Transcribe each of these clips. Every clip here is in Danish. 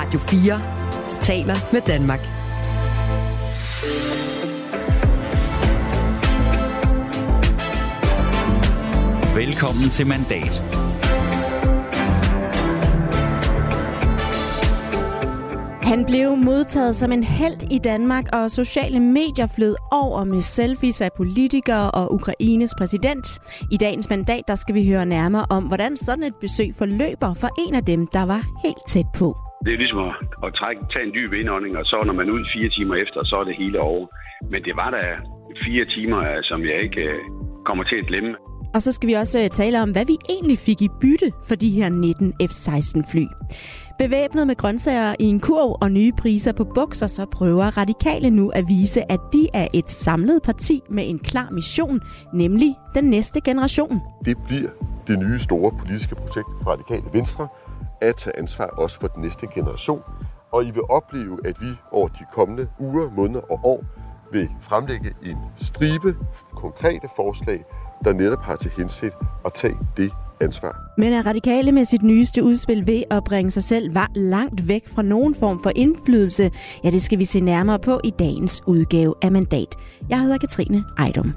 Radio 4 taler med Danmark. Velkommen til Mandat. Han blev modtaget som en helt i Danmark, og sociale medier flød over med selfies af politikere og Ukraines præsident. I dagens Mandat, der skal vi høre nærmere om, hvordan sådan et besøg forløber for en af dem, der var helt tæt på. Det er ligesom at tage en dyb indånding, og så når man ud 4 timer efter, så er det hele over. Men det var da 4 timer, som jeg ikke kommer til at glemme. Og så skal vi også tale om, hvad vi egentlig fik i bytte for de her 19 F-16-fly. Bevæbnet med grøntsager i en kurv og nye priser på bukser, så prøver Radikale nu at vise, at de er et samlet parti med en klar mission, nemlig den næste generation. Det bliver det nye store politiske projekt for Radikale Venstre at tage ansvar også for den næste generation. Og I vil opleve, at vi over de kommende uger, måneder og år vil fremlægge en stribe konkrete forslag, der netop har til hensigt at tage det ansvar. Men er Radikale med sit nyeste udspil ved at bringe sig selv langt væk fra nogen form for indflydelse? Ja, det skal vi se nærmere på i dagens udgave af Mandat. Jeg hedder Katrine Ejdom.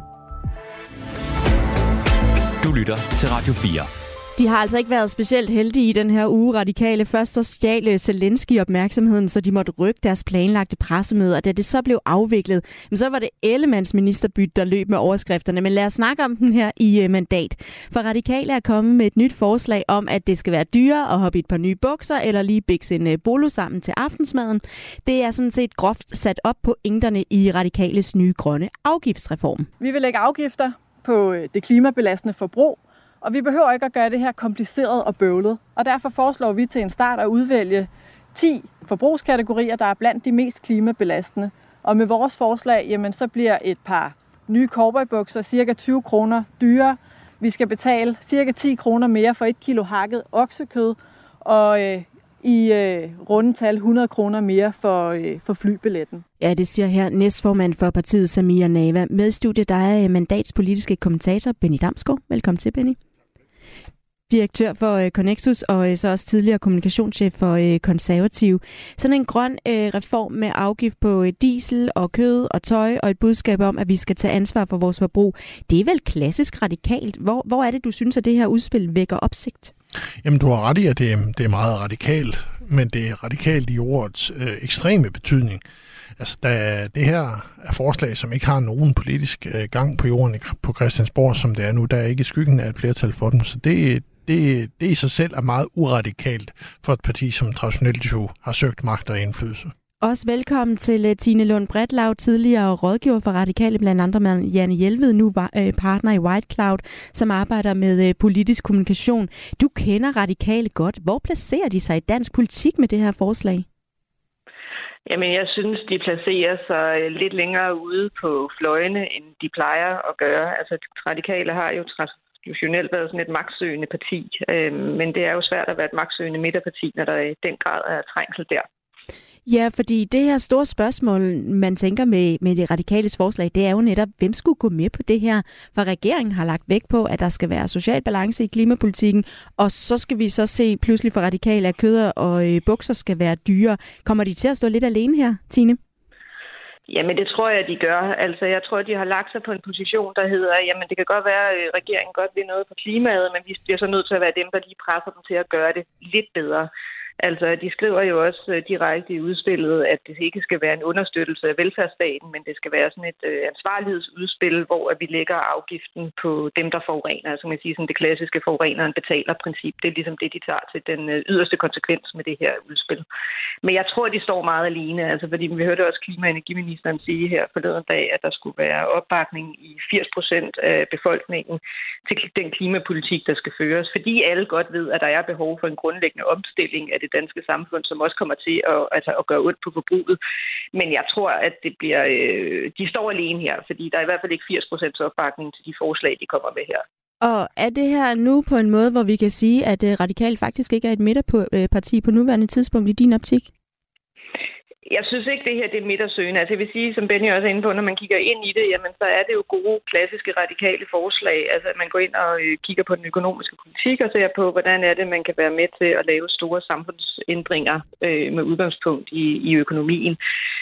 Du lytter til Radio 4. De har altså ikke været specielt heldige i den her uge, Radikale. Først så stjal Zelensky opmærksomheden, så de måtte rykke deres planlagte pressemøder. Da det så blev afviklet, men så var det Ellemanns ministerbytte, der løb med overskrifterne. Men lad os snakke om den her i Mandat. For Radikale er kommet med et nyt forslag om, at det skal være dyrere at hoppe i et par nye bukser, eller lige bikse en bolo sammen til aftensmaden. Det er sådan set groft sat op på pointerne i Radikales nye grønne afgiftsreform. Vi vil lægge afgifter på det klimabelastende forbrug, og vi behøver ikke at gøre det her kompliceret og bøvlet. Og derfor foreslår vi til en start at udvælge 10 forbrugskategorier, der er blandt de mest klimabelastende. Og med vores forslag, jamen, så bliver et par nye cowboybukser ca. 20 kroner dyrere. Vi skal betale ca. 10 kroner mere for 1 kilo hakket oksekød, og i rundetal 100 kroner mere for flybilletten. Ja, det siger her næstformand for partiet Samira Nawa. Med i studiet der er Mandats politiske kommentator Benny Damsgaard. Velkommen til, Benny. Direktør for Connexus og så også tidligere kommunikationschef for Konservative. Sådan en grøn reform med afgift på diesel og kød og tøj og et budskab om, at vi skal tage ansvar for vores forbrug. Det er vel klassisk radikalt. Hvor er det, du synes, at det her udspil vækker opsigt? Jamen, du har ret i, at det er meget radikalt, men det er radikalt i ordets ekstreme betydning. Altså, det her er forslag, som ikke har nogen politisk gang på jorden på Christiansborg, som det er nu. Der er ikke skyggen af et flertal for dem, så det i sig selv er meget uradikalt for et parti, som traditionelt jo har søgt magt og indflydelse. Også velkommen til Tine Lund Bretlau, tidligere rådgiver for Radikale, blandt andre med Janne Jelved, nu partner i White Cloud, som arbejder med politisk kommunikation. Du kender Radikale godt. Hvor placerer de sig i dansk politik med det her forslag? Jamen, jeg synes, de placerer sig lidt længere ude på fløjene, end de plejer at gøre. Altså, Radikale har jo traditionelt været sådan et magtsøgende parti, men det er jo svært at være et magtsøgende midterparti, når der i den grad er trængsel der. Ja, fordi det her store spørgsmål, man tænker med det radikales forslag, det er jo netop, hvem skulle gå med på det her? For regeringen har lagt vægt på, at der skal være social balance i klimapolitikken, og så skal vi så se pludselig for radikale, at kød og bukser skal være dyre. Kommer de til at stå lidt alene her, Tine? Jamen, det tror jeg, de gør. Altså, jeg tror, de har lagt sig på en position, der hedder, jamen, det kan godt være, at regeringen godt vil noget på klimaet, men vi bliver så nødt til at være dem, der lige presser dem til at gøre det lidt bedre. Altså, de skriver jo også direkte i udspillet, at det ikke skal være en understøttelse af velfærdsstaten, men det skal være sådan et ansvarlighedsudspil, hvor vi lægger afgiften på dem, der forurener. Altså, man siger sådan det klassiske forureneren betaler-princip. Det er ligesom det, de tager til den yderste konsekvens med det her udspil. Men jeg tror, de står meget alene, altså, fordi vi hørte også klima- og energiministeren sige her forleden dag, at der skulle være opbakning i 80% af befolkningen til den klimapolitik, der skal føres. Fordi alle godt ved, at der er behov for en grundlæggende omstilling af det danske samfund, som også kommer til at gøre ondt på forbruget. Men jeg tror, at det bliver, de står alene her, fordi der er i hvert fald ikke 80% opbakning til de forslag, de kommer med her. Og er det her nu på en måde, hvor vi kan sige, at Radikale faktisk ikke er et midterparti på nuværende tidspunkt i din optik? Jeg synes ikke, det her det er midtersøgende. Altså jeg vil sige, som Benny også er inde på, når man kigger ind i det, jamen så er det jo gode, klassiske, radikale forslag. Altså at man går ind og kigger på den økonomiske politik og ser på, hvordan er det, man kan være med til at lave store samfundsændringer med udgangspunkt i økonomien.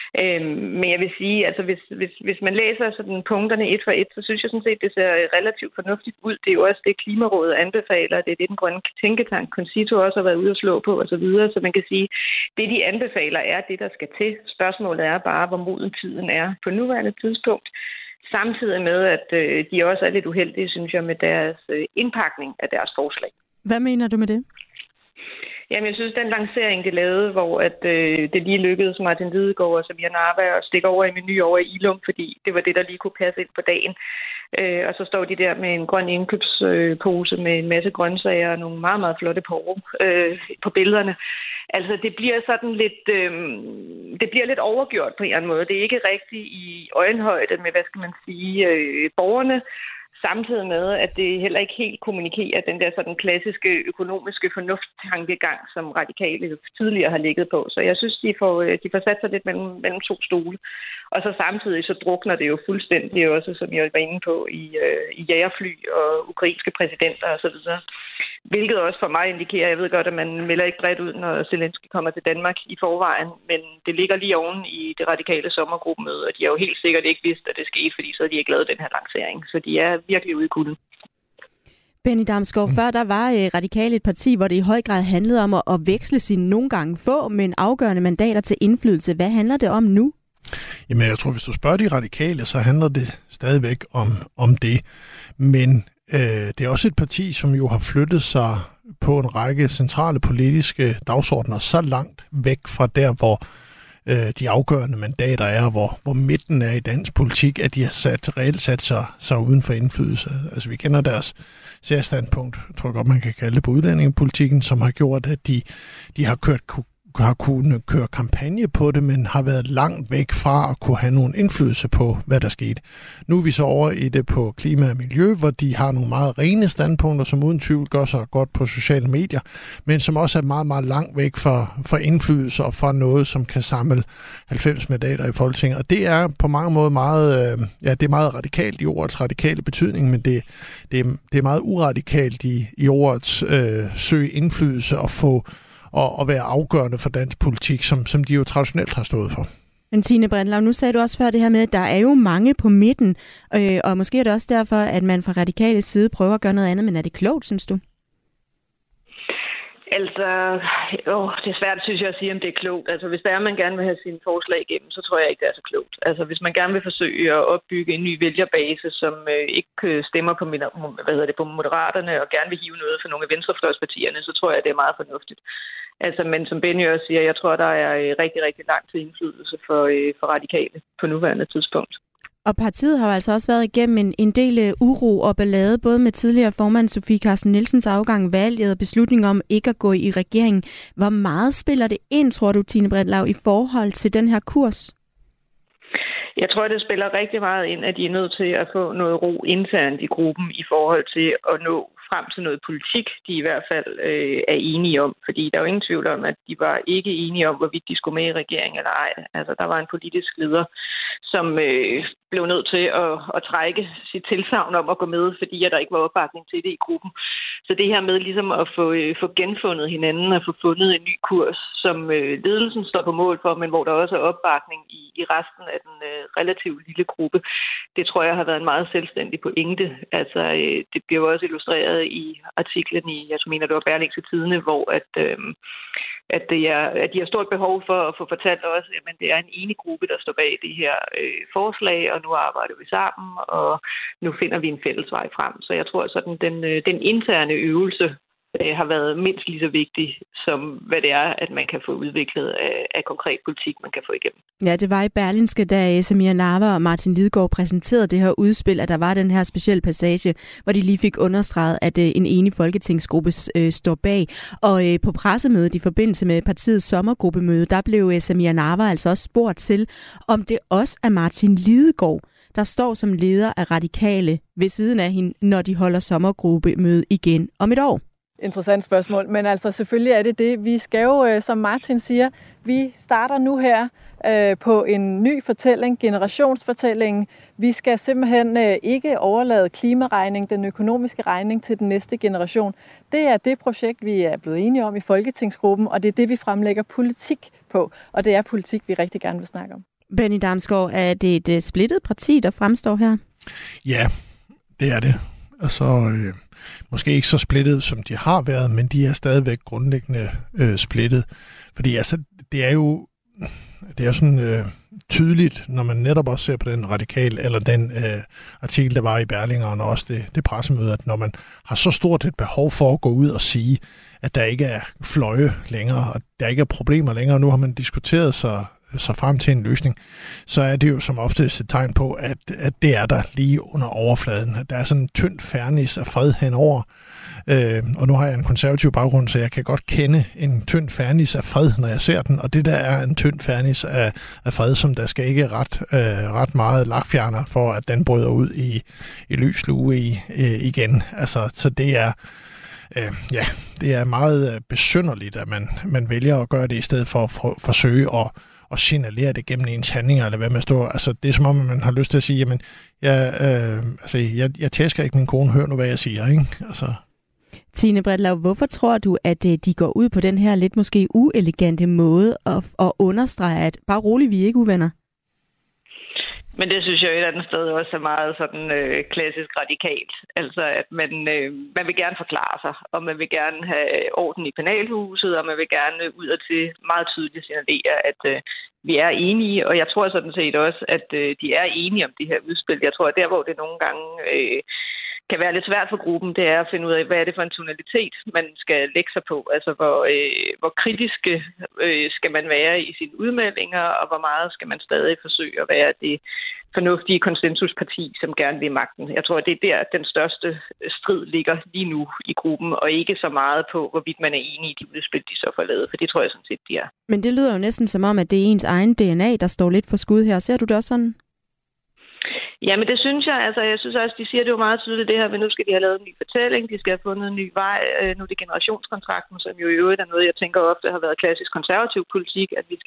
Men jeg vil sige, altså hvis man læser sådan punkterne et for et, så synes jeg sådan set, det ser relativt fornuftigt ud. Det er jo også det, Klimarådet anbefaler. Det er det, den grønne tænketank Concito også har været ude at slå på osv. Så man kan sige, det de anbefaler er det, der skal til. Spørgsmålet er bare, hvor moden tiden er på nuværende tidspunkt. Samtidig med, at de også er lidt uheldige, synes jeg, med deres indpakning af deres forslag. Hvad mener du med det? Jamen, jeg synes, den lancering, det lavede, hvor at, det lige lykkedes Martin Lidegaard og Samir Narva at stikke over i Meny over i Ilum, fordi det var det, der lige kunne passe ind på dagen. Og så står de der med en grøn indkøbspose med en masse grøntsager og nogle meget, meget flotte porre på billederne. Altså, det bliver sådan lidt, det bliver lidt overgjort på en eller anden måde. Det er ikke rigtigt i øjenhøjde med, hvad skal man sige, borgerne. Samtidig med, at det heller ikke helt kommunikerer den der sådan klassiske økonomiske fornuftstankegang, som radikale tidligere har ligget på. Så jeg synes, de får sat sig lidt mellem to stole. Og så samtidig så drukner det jo fuldstændig også, som jeg var inde på, i jagerfly og ukrainske præsidenter osv. Hvilket også for mig indikerer, jeg ved godt, at man melder ikke bredt ud, når Zelensky kommer til Danmark i forvejen, men det ligger lige oven i det radikale sommergruppemøde, og de har jo helt sikkert ikke vidst, at det skete, fordi så har de ikke lavet den her lancering. Så de er virkelig ude i kulden. Benny Damsgaard, før der var Radikale et parti, hvor det i høj grad handlede om at veksle sine nogle gange få, men afgørende mandater til indflydelse. Hvad handler det om nu? Jamen, jeg tror, hvis du spørger de radikale, så handler det stadigvæk om det. Men det er også et parti, som jo har flyttet sig på en række centrale politiske dagsordner så langt væk fra der, hvor de afgørende mandater er, hvor midten er i dansk politik, at de har reelt sat sig uden for indflydelse. Altså vi kender deres særstandpunkt, tror jeg godt, man kan kalde det, på udlændingepolitikken, som har gjort, at de har kunnet køre kampagne på det, men har været langt væk fra at kunne have nogen indflydelse på, hvad der skete. Nu er vi så over i det på klima og miljø, hvor de har nogle meget rene standpunkter, som uden tvivl gør sig godt på sociale medier, men som også er meget, meget langt væk for indflydelse og for noget, som kan samle 90 mandater i Folketinget. Og det er på mange måder meget, det er meget radikalt i ordets radikale betydning, men det er meget uradikalt i ordets søge indflydelse og få og være afgørende for dansk politik, som de jo traditionelt har stået for. Men Tine Brenlau, nu sagde du også før det her med, at der er jo mange på midten, og måske er det også derfor, at man fra radikale side prøver at gøre noget andet, men er det klogt, synes du? Altså, det er svært, synes jeg, at sige, om det er klogt. Altså, hvis der er, man gerne vil have sine forslag igennem, så tror jeg ikke, det er så klogt. Altså, hvis man gerne vil forsøge at opbygge en ny vælgerbase, som ikke stemmer på Moderaterne og gerne vil hive noget for nogle af venstrefløjspartierne, så tror jeg, det er meget fornuftigt. Altså, men som Benny også siger, jeg tror, der er rigtig, rigtig lang tid indflydelse for radikale på nuværende tidspunkt. Og partiet har jo altså også været igennem en del uro og ballade, både med tidligere formand Sofie Carsten Nielsens afgang, valget og beslutning om ikke at gå i regeringen. Hvor meget spiller det ind, tror du, Tine Brenlau, i forhold til den her kurs? Jeg tror, det spiller rigtig meget ind, at de er nødt til at få noget ro internt i gruppen i forhold til at nå frem til noget politik, de i hvert fald er enige om. Fordi der er jo ingen tvivl om, at de var ikke enige om, hvorvidt de skulle med i regeringen eller ej. Altså, der var en politisk leder, som blev nødt til at trække sit tilsagn om at gå med, fordi der ikke var opbakning til det i gruppen. Så det her med ligesom at få genfundet hinanden og få fundet en ny kurs, som ledelsen står på mål for, men hvor der også er opbakning i resten af den relativt lille gruppe, det tror jeg har været en meget selvstændig pointe. Altså, det bliver jo også illustreret i artiklen i, jeg mener, det var Berlingske Tidende, hvor at de har stort behov for at få fortalt også, at det er en enig gruppe, der står bag det her forslag, og nu arbejder vi sammen, og nu finder vi en fælles vej frem. Så jeg tror, sådan den interne øvelse har været mindst lige så vigtig, som hvad det er, at man kan få udviklet af konkret politik, man kan få igennem. Ja, det var i Berlingske, da Samir Narva og Martin Lidegaard præsenterede det her udspil, at der var den her specielle passage, hvor de lige fik understreget, at en enig folketingsgruppe står bag. Og på pressemødet i forbindelse med partiets sommergruppemøde, der blev Samir Narva altså også spurgt til, om det også er Martin Lidegaard, der står som leder af Radikale ved siden af hende, når de holder sommergruppemøde igen om et år. Interessant spørgsmål, men altså selvfølgelig er det. Vi skal jo, som Martin siger, vi starter nu her på en ny fortælling, generationsfortælling. Vi skal simpelthen ikke overlade klimaregning, den økonomiske regning til den næste generation. Det er det projekt, vi er blevet enige om i Folketingsgruppen, og det er det, vi fremlægger politik på. Og det er politik, vi rigtig gerne vil snakke om. Benny Damsgaard, er det et splittet parti, der fremstår her? Ja, det er det. Altså, måske ikke så splittet, som de har været, men de er stadigvæk grundlæggende splittet. Fordi altså, det er jo sådan tydeligt, når man netop også ser på den radikale, eller den artikel, der var i Berlinger, og også det pressemøde, at når man har så stort et behov for at gå ud og sige, at der ikke er fløje længere, og der ikke er problemer længere, nu har man diskuteret sig frem til en løsning, så er det jo som oftest et tegn på, at det er der lige under overfladen. Der er sådan en tynd fernis af fred henover, og nu har jeg en konservativ baggrund, så jeg kan godt kende en tynd fernis af fred, når jeg ser den, og det der er en tynd fernis af fred, som der skal ikke ret meget lakfjerner, for at den bryder ud i lys lue igen. Altså, så det er det er meget besynderligt, at man vælger at gøre det, i stedet for at forsøge at signalere det gennem ens handlinger, eller hvad man står. Altså, det er som om, man har lyst til at sige, jamen, jeg tæsker ikke min kone, hør nu, hvad jeg siger, ikke? Altså. Tine Bredlau, hvorfor tror du, at de går ud på den her lidt måske uelegante måde at understrege, at bare roligt, vi er ikke uvenner? Men det synes jeg et eller andet sted også er meget sådan klassisk radikalt. Altså, at man vil gerne forklare sig, og man vil gerne have orden i penalhuset, og man vil gerne ud og til meget tydeligt signalere, at vi er enige. Og jeg tror sådan set også, at de er enige om det her udspil. Jeg tror, at der, hvor det nogle gange kan være lidt svært for gruppen, det er at finde ud af, hvad er det for en tonalitet, man skal lægge sig på. Altså, hvor kritiske skal man være i sine udmeldinger, og hvor meget skal man stadig forsøge at være det fornuftige konsensusparti, som gerne vil magten. Jeg tror, at det er der, den største strid ligger lige nu i gruppen, og ikke så meget på, hvorvidt man er enig i de udspil, de så får lavet, for det tror jeg sådan set, de er. Men det lyder jo næsten som om, at det er ens egen DNA, der står lidt for skud her. Ser du det også sådan? Ja, men det synes jeg. Altså, jeg synes også, de siger det jo meget tydeligt, det her, men nu skal de have lavet en ny fortælling, de skal have fundet en ny vej. Nu er det generationskontrakten, som jo i øvrigt er noget, jeg tænker ofte har været klassisk konservativ politik, at vi skal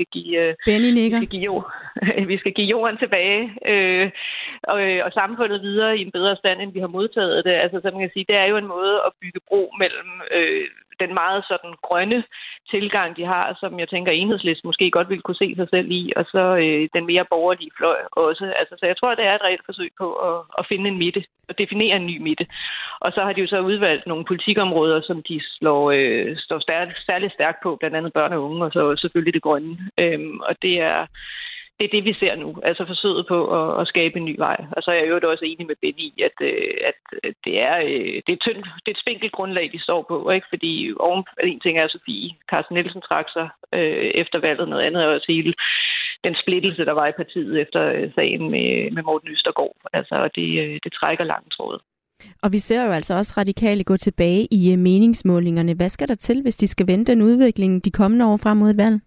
give jorden tilbage og samfundet videre i en bedre stand, end vi har modtaget det. Altså, så man kan sige, det er jo en måde at bygge bro mellem den meget sådan grønne tilgang, de har, som jeg tænker Enhedslisten måske godt ville kunne se sig selv i, og så den mere borgerlige fløj også. Altså, så jeg tror, det er et reelt forsøg på at finde en midte, og definere en ny midte. Og så har de jo så udvalgt nogle politikområder, som de står særligt stærkt på, blandt andet børn og unge, og så selvfølgelig det grønne. Og det er det, vi ser nu. Altså forsøget på at skabe en ny vej. Og så er jeg jo også enig med Benny i, at det er et spinkelt grundlag, de står på. Ikke? Fordi en ting er Sofie Carsten Nielsen trak sig efter valget. Noget andet er også hele den splittelse, der var i partiet efter sagen med Morten Østergaard. Altså, og det trækker langt trådet. Og vi ser jo altså også radikale gå tilbage i meningsmålingerne. Hvad skal der til, hvis de skal vende den udvikling de kommende år frem mod et valg?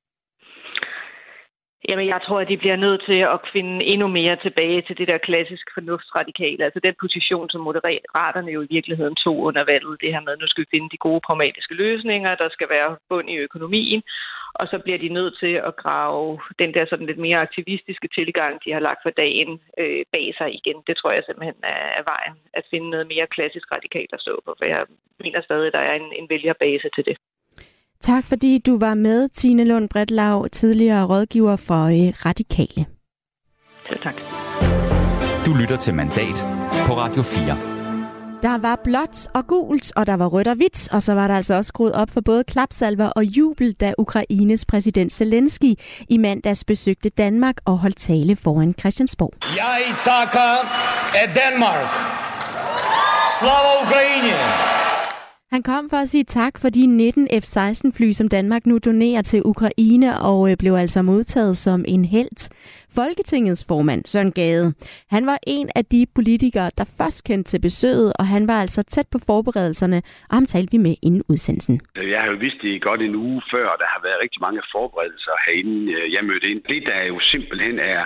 Jamen, jeg tror, at de bliver nødt til at finde endnu mere tilbage til det der klassiske fornuftsradikale. Altså den position, som Moderaterne jo i virkeligheden tog under valget. Det her med, at nu skal vi finde de gode pragmatiske løsninger, der skal være bund i økonomien. Og så bliver de nødt til at grave den der sådan lidt mere aktivistiske tilgang, de har lagt for dagen, bag sig igen. Det tror jeg simpelthen er vejen at finde noget mere klassisk radikalt at stå på. For jeg mener stadig, at der er en vælgerbase til det. Tak fordi du var med, Tine Lund Bredlau, tidligere rådgiver for Radikale. Selv tak. Du lytter til Mandat på Radio 4. Der var blåt og gult, og der var rødt og hvidt, og så var der altså også skruet op for både klapsalver og jubel, da Ukraines præsident Zelensky i mandags besøgte Danmark og holdt tale foran Christiansborg. Jeg takker af Danmark. Slava Ukraine! Han kom for at sige tak for de 19 F-16-fly, som Danmark nu donerer til Ukraine, og blev altså modtaget som en helt. Folketingets formand, Søren Gade, han var en af de politikere, der først kendte til besøget, og han var altså tæt på forberedelserne, og ham talte vi med inden udsendelsen. Jeg har jo vidst det godt en uge før, og der har været rigtig mange forberedelser herinde, jeg mødte ind. Det, der jo simpelthen er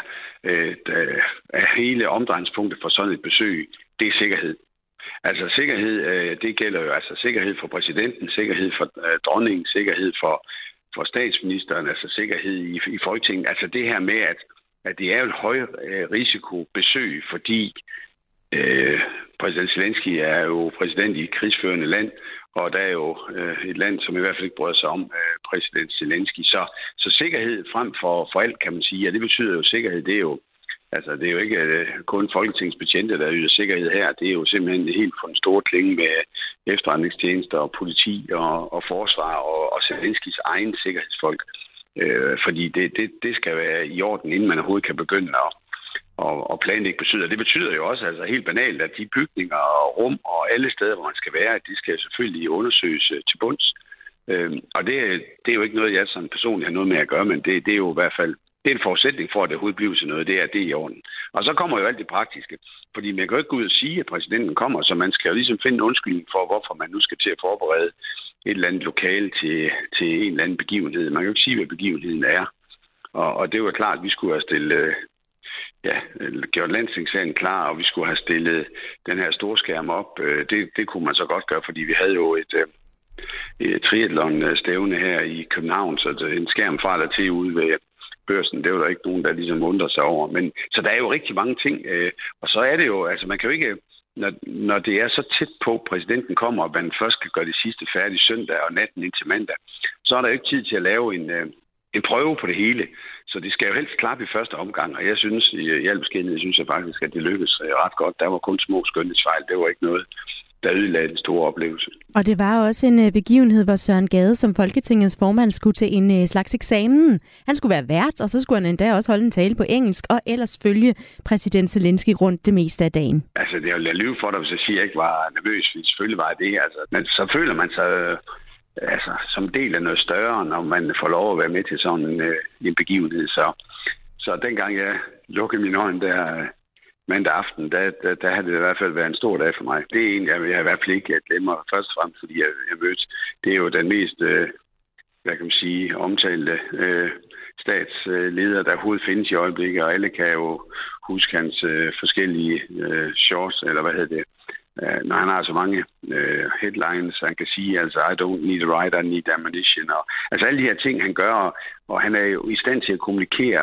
hele omdrejningspunktet for sådan et besøg, det er sikkerhed. Altså sikkerhed, det gælder jo altså sikkerhed for præsidenten, sikkerhed for dronningen, sikkerhed for for statsministeren, altså sikkerhed i Folketinget. Altså det her med, at det er jo et høj risikobesøg, fordi præsident Zelensky er jo præsident i et krigsførende land, og der er jo et land, som i hvert fald ikke bryder sig om præsident Zelensky. Så sikkerhed frem for alt, kan man sige, og det betyder jo, sikkerhed, det er jo ikke kun folketingsbetjente, der yder sikkerhed her. Det er jo simpelthen helt for en stor klinge med efterretningstjenester og politi og forsvar og Zelenskys egen sikkerhedsfolk. Fordi det skal være i orden, inden man overhovedet kan begynde at planlægge besøg. Det betyder jo også altså helt banalt, at de bygninger og rum og alle steder, hvor man skal være, de skal selvfølgelig undersøges til bunds. Og det er jo ikke noget, jeg sådan personligt har noget med at gøre, men det er jo i hvert fald det er en forudsætning for, at det overhovedet bliver til noget. Det er i orden. Og så kommer jo alt det praktiske. Fordi man kan jo ikke gå ud og sige, at præsidenten kommer, så man skal jo ligesom finde en undskyldning for, hvorfor man nu skal til at forberede et eller andet lokale til en eller anden begivenhed. Man kan jo ikke sige, hvad begivenheden er. Og det var klart, at vi skulle have stillet gjort Landstingssalen klar, og vi skulle have stillet den her storskærm op. Det kunne man så godt gøre, fordi vi havde jo et triathlon-stævne her i København, så en skærm fra eller til ude ved Børsen, det var der ikke nogen, der ligesom undrer sig over. Men så der er jo rigtig mange ting, og så er det jo, altså man kan jo ikke, når det er så tæt på, præsidenten kommer, og man først kan gøre det sidste færdigt søndag og natten indtil mandag, så er der jo ikke tid til at lave en prøve på det hele. Så det skal jo helst klappe i første omgang, og jeg synes, i al beskedenhed, synes jeg faktisk, at det lykkedes ret godt. Der var kun små skønhedsfejl, det var ikke noget, der ødelagde en stor oplevelse. Og det var også en begivenhed, hvor Søren Gade som Folketingets formand skulle til en slags eksamen. Han skulle være vært, og så skulle han endda også holde en tale på engelsk, og ellers følge præsident Zelensky rundt det meste af dagen. Altså, det er jo lyve for dig, hvis jeg siger, at jeg ikke var nervøs, fordi selvfølgelig var det. Altså, men så føler man sig som del af noget større, når man får lov at være med til sådan en begivenhed. Så dengang jeg lukkede mine øjne der mandag aften, der havde det i hvert fald været en stor dag for mig. Det er en, jeg i hvert fald ikke glemmer først og fremmest, fordi jeg mødte. Det er jo den mest, hvad kan man sige, omtalte statsleder, der overhovedet findes i øjeblikket, og alle kan jo huske hans forskellige shorts, eller hvad hedder det, når han har så mange headlines, han kan sige, altså, I don't need a right, I need ammunition. Og, altså alle de her ting, han gør, og han er jo i stand til at kommunikere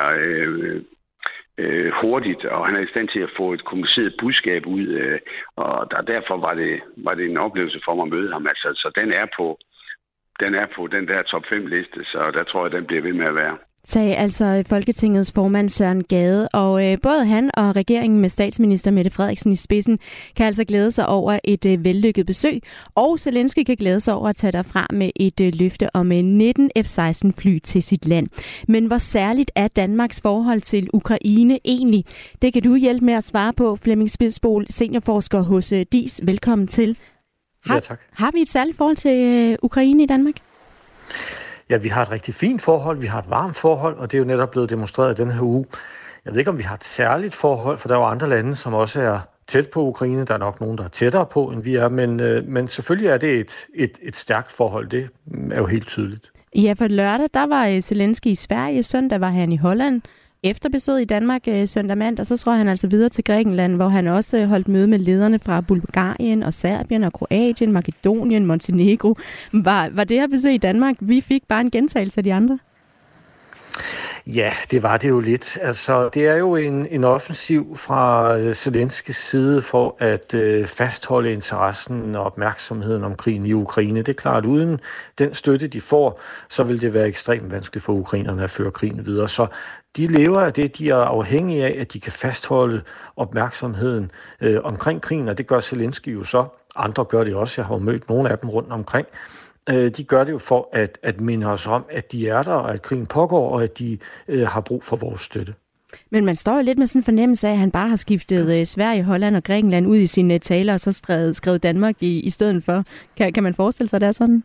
hurtigt, og han er i stand til at få et kommuniceret budskab ud, og derfor var det en oplevelse for mig at møde ham. Altså, så den er på den der top 5 liste, så der tror jeg, den bliver ved med at være. Sagde altså Folketingets formand Søren Gade, og både han og regeringen med statsminister Mette Frederiksen i spidsen kan altså glæde sig over et vellykket besøg, og Zelensky kan glæde sig over at tage derfra med et løfte om 19 F-16 fly til sit land. Men hvor særligt er Danmarks forhold til Ukraine egentlig? Det kan du hjælpe med at svare på, Flemming Spidsbol, seniorforsker hos DIS. Velkommen til. Ja, tak. Har vi et særligt forhold til Ukraine i Danmark? Ja, vi har et rigtig fint forhold, vi har et varmt forhold, og det er jo netop blevet demonstreret i den her uge. Jeg ved ikke, om vi har et særligt forhold, for der er jo andre lande, som også er tæt på Ukraine. Der er nok nogen, der er tættere på, end vi er, men selvfølgelig er det et stærkt forhold. Det er jo helt tydeligt. Ja, for lørdag, der var Zelensky i Sverige, søndag var han i Holland. Efter besøget i Danmark søndag mandag, så tror han altså videre til Grækenland, hvor han også holdt møde med lederne fra Bulgarien og Serbien og Kroatien, Makedonien, Montenegro. Var det her besøg i Danmark? Vi fik bare en gentagelse af de andre. Ja, det var det jo lidt. Altså, det er jo en offensiv fra Zelenskys side for at fastholde interessen og opmærksomheden om krigen i Ukraine. Det er klart, at uden den støtte, de får, så vil det være ekstremt vanskeligt for ukrainerne at føre krigen videre. Så de lever af det, de er afhængige af, at de kan fastholde opmærksomheden omkring krigen, og det gør Zelensky jo så. Andre gør det også. Jeg har jo mødt nogle af dem rundt omkring. De gør det jo for at minde os om, at de er der, og at krigen pågår, og at de har brug for vores støtte. Men man står jo lidt med sådan en fornemmelse af, at han bare har skiftet Sverige, Holland og Grækenland ud i sine taler, og så skrevet Danmark i stedet for. Kan man forestille sig, at det er sådan?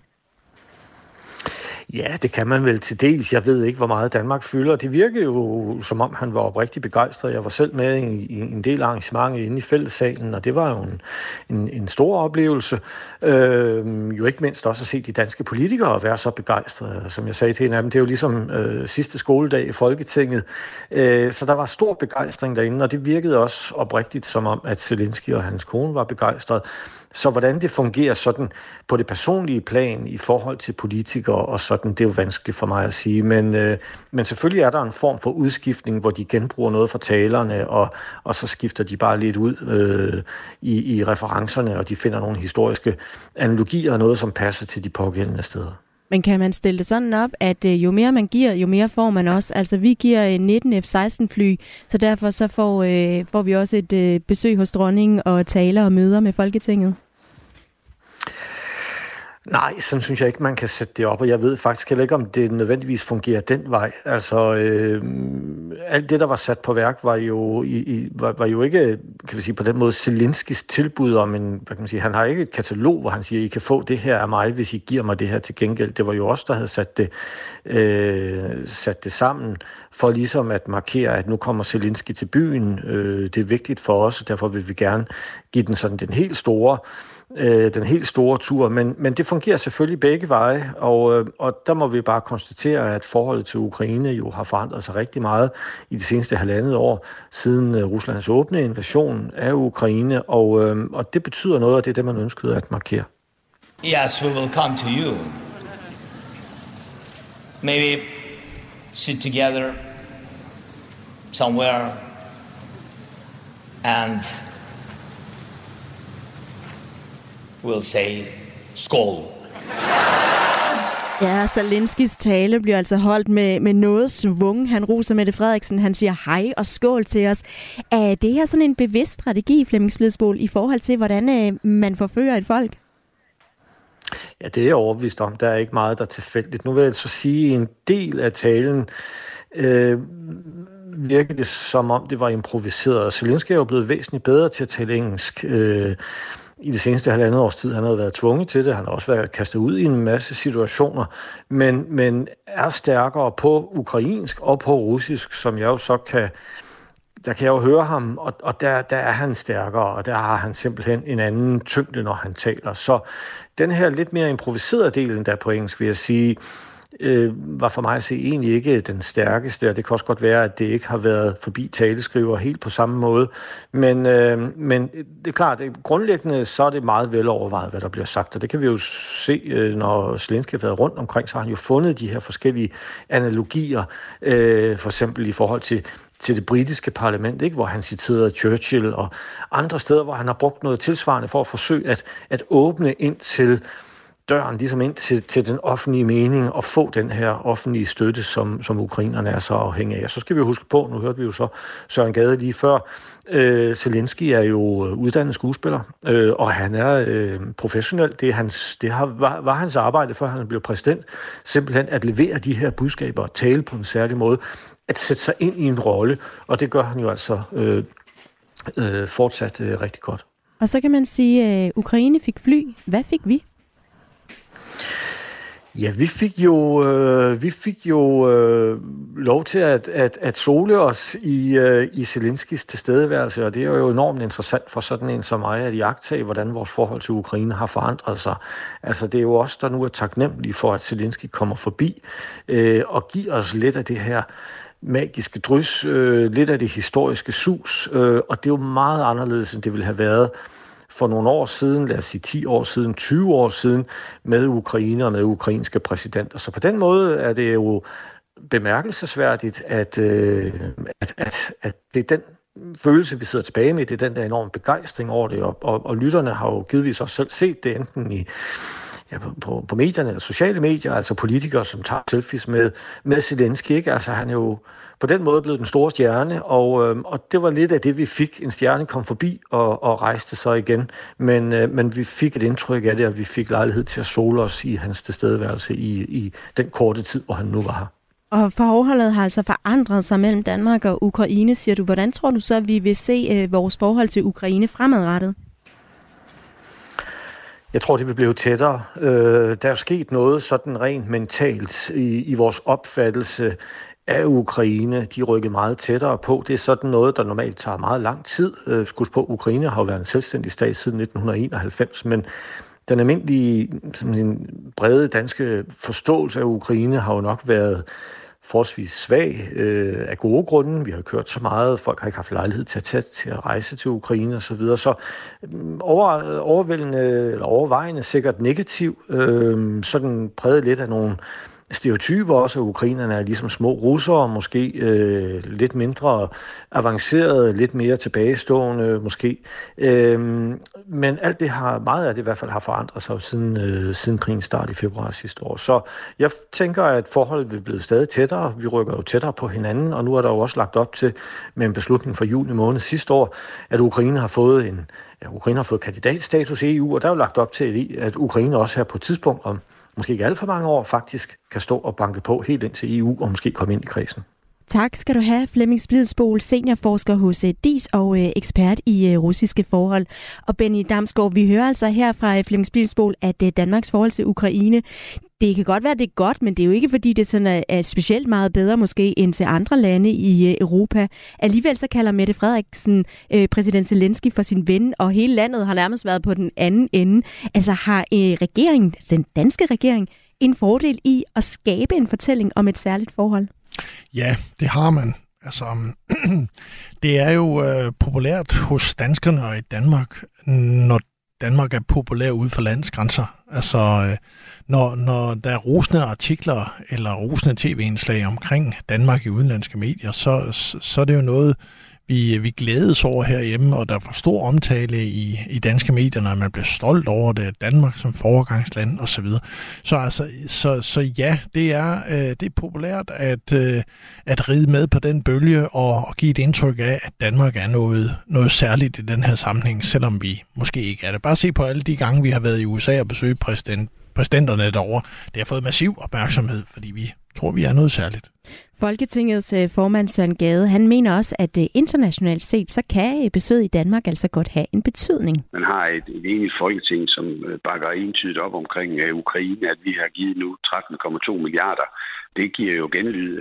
Ja, det kan man vel til dels. Jeg ved ikke, hvor meget Danmark fylder. Det virkede jo, som om han var oprigtig begejstret. Jeg var selv med i en del arrangementer inde i fællessalen, og det var jo en stor oplevelse. Jo ikke mindst også at se de danske politikere være så begejstrede. Som jeg sagde til en af dem, det er jo ligesom sidste skoledag i Folketinget. Så der var stor begejstring derinde, og det virkede også oprigtigt, som om at Zelensky og hans kone var begejstret. Så hvordan det fungerer sådan på det personlige plan i forhold til politikere og sådan, det er jo vanskeligt for mig at sige. Men selvfølgelig er der en form for udskiftning, hvor de genbruger noget fra talerne, og så skifter de bare lidt ud i referencerne, og de finder nogle historiske analogier og noget, som passer til de pågældende steder. Men kan man stille det sådan op, at jo mere man giver, jo mere får man også? Altså vi giver 19 F-16-fly, så derfor så får vi også et besøg hos dronningen og taler og møder med Folketinget. Nej, sådan synes jeg ikke, man kan sætte det op, og jeg ved faktisk heller ikke, om det nødvendigvis fungerer den vej. Altså, alt det, der var sat på værk, var jo ikke, kan vi sige, på den måde Zelenskyjs tilbud om en, hvad kan man sige, han har ikke et katalog, hvor han siger, I kan få det her af mig, hvis I giver mig det her til gengæld. Det var jo os, der havde sat det sammen, for ligesom at markere, at nu kommer Zelenskyj til byen. Det er vigtigt for os, og derfor vil vi gerne give den sådan den helt store tur, men det fungerer selvfølgelig begge veje, og der må vi bare konstatere, at forholdet til Ukraine jo har forandret sig rigtig meget i de seneste 1,5 år, siden Ruslands åbne invasion af Ukraine, og det betyder noget, og det er det, man ønskede at markere. Yes, we will come to you. Maybe sit together somewhere and will say skål. Ja, Zelenskys tale bliver altså holdt med noget svung. Han roser Mette Frederiksen, han siger hej og skål til os. Er det her sådan en bevidst strategi, Flemming Splidsboel, i forhold til, hvordan man forfører et folk? Ja, det er jeg overbevist om. Der er ikke meget, der er tilfældigt. Nu vil jeg så sige, en del af talen virkede det, som om det var improviseret. Zelenskyj er jo blevet væsentligt bedre til at tale engelsk i det seneste 1,5 års tid. Han har været tvunget til det. Han har også været kastet ud i en masse situationer, men er stærkere på ukrainsk og på russisk, som jeg jo så kan jeg jo høre ham, og der er han stærkere, og der har han simpelthen en anden tyngde, når han taler. Så den her lidt mere improviserede del, end der på engelsk, vil jeg sige, var for mig at se egentlig ikke den stærkeste, og det kan også godt være, at det ikke har været forbi taleskriver helt på samme måde. Men det er klart, at grundlæggende så er det meget velovervejet, hvad der bliver sagt, og det kan vi jo se, når Zelenskyj har været rundt omkring, så har han jo fundet de her forskellige analogier, for eksempel i forhold til det britiske parlament, ikke? Hvor han citerede Churchill og andre steder, hvor han har brugt noget tilsvarende for at forsøge at åbne ind til døren, ligesom ind til den offentlige mening og få den her offentlige støtte, som ukrainerne er så afhængige af. Så skal vi jo huske på, nu hørte vi jo så Søren Gade lige før, Zelenskyj er jo uddannet skuespiller, og han er professionel. Var hans arbejde, før han blev præsident, simpelthen at levere de her budskaber og tale på en særlig måde, at sætte sig ind i en rolle, og det gør han jo altså fortsat rigtig godt. Og så kan man sige, at Ukraine fik fly. Hvad fik vi? Ja, vi fik jo lov til at sole os i Zelenskyjs tilstedeværelse, og det er jo enormt interessant for sådan en som mig at iagttage, hvordan vores forhold til Ukraine har forandret sig. Altså, det er jo os, der nu er taknemmelige for, at Zelenskyj kommer forbi og giver os lidt af det her magiske drys, lidt af det historiske sus, og det er jo meget anderledes, end det ville have været for nogle år siden, lad os sige 10 år siden, 20 år siden, med Ukraine og med ukrainske præsidenter. Så på den måde er det jo bemærkelsesværdigt, at det er den følelse, vi sidder tilbage med, det er den der enorme begejstring over det, og lytterne har jo givetvis også selv set det, enten på medierne eller sociale medier, altså politikere, som tager selfies med Zelenskyj, ikke? Altså han er jo på den måde blevet den store stjerne, og det var lidt af det, vi fik. En stjerne kom forbi og rejste sig igen, men vi fik et indtryk af det, og vi fik lejlighed til at sole os i hans tilstedeværelse i den korte tid, hvor han nu var her. Og forholdet har altså forandret sig mellem Danmark og Ukraine, siger du. Hvordan tror du så, at vi vil se vores forhold til Ukraine fremadrettet? Jeg tror, det vil blive tættere. Der er sket noget sådan rent mentalt i vores opfattelse af Ukraine. De rykker meget tættere på. Det er sådan noget, der normalt tager meget lang tid. Husk på, Ukraine har jo været en selvstændig stat siden 1991, men den almindelige brede danske forståelse af Ukraine har jo nok været forholdsvis svag af gode grunde. Vi har kørt så meget, folk har ikke haft lejlighed til at rejse til Ukraine og så videre. Så overvejende sikkert negativ, sådan præget lidt af nogle stereotyper også, at ukrainerne er ligesom små russere, måske lidt mindre avancerede, lidt mere tilbagestående måske. Men alt det meget af det i hvert fald har forandret sig siden krigens start i februar sidste år. Så jeg tænker, at forholdet vil blive stadig tættere. Vi rykker jo tættere på hinanden, og nu er der jo også lagt op til med en beslutning fra juni måned sidste år, at Ukraine har fået kandidatstatus i EU, og der er jo lagt op til, at Ukraine også her på et tidspunkt om måske ikke alt for mange år, faktisk kan stå og banke på helt ind til EU, og måske komme ind i kredsen. Tak skal du have, Flemming Splidsbol, seniorforsker hos DIS og ekspert i russiske forhold. Og Benny Damsgaard, vi hører altså her fra Flemming Splidsbol, at Danmarks forhold til Ukraine, det kan godt være, det er godt, men det er jo ikke, fordi det sådan er specielt meget bedre måske end til andre lande i Europa. Alligevel så kalder Mette Frederiksen præsident Zelensky for sin ven, og hele landet har nærmest været på den anden ende. Altså har regeringen, den danske regering, en fordel i at skabe en fortælling om et særligt forhold? Ja, det har man. Altså, det er jo populært hos danskerne og i Danmark, når Danmark er populær ude for landets grænser. Altså, når der er rosende artikler eller rosende tv-indslag omkring Danmark i udenlandske medier, så er det jo noget, vi glædes over herhjemme, og der er for stor omtale i danske medier, når man bliver stolt over det, Danmark som foregangsland osv. Så ja, det er populært at ride med på den bølge og give et indtryk af, at Danmark er noget særligt i den her sammenhæng, selvom vi måske ikke er det. Bare se på alle de gange, vi har været i USA og besøgt præsidenterne derovre. Det har fået massiv opmærksomhed, fordi vi tror, vi er noget særligt. Folketingets formand Søren Gade, han mener også, at internationalt set, så kan besøget i Danmark altså godt have en betydning. Man har et enigt folketing, som bakker entydigt op omkring Ukraine, at vi har givet nu 13,2 milliarder. Det giver jo genlyd,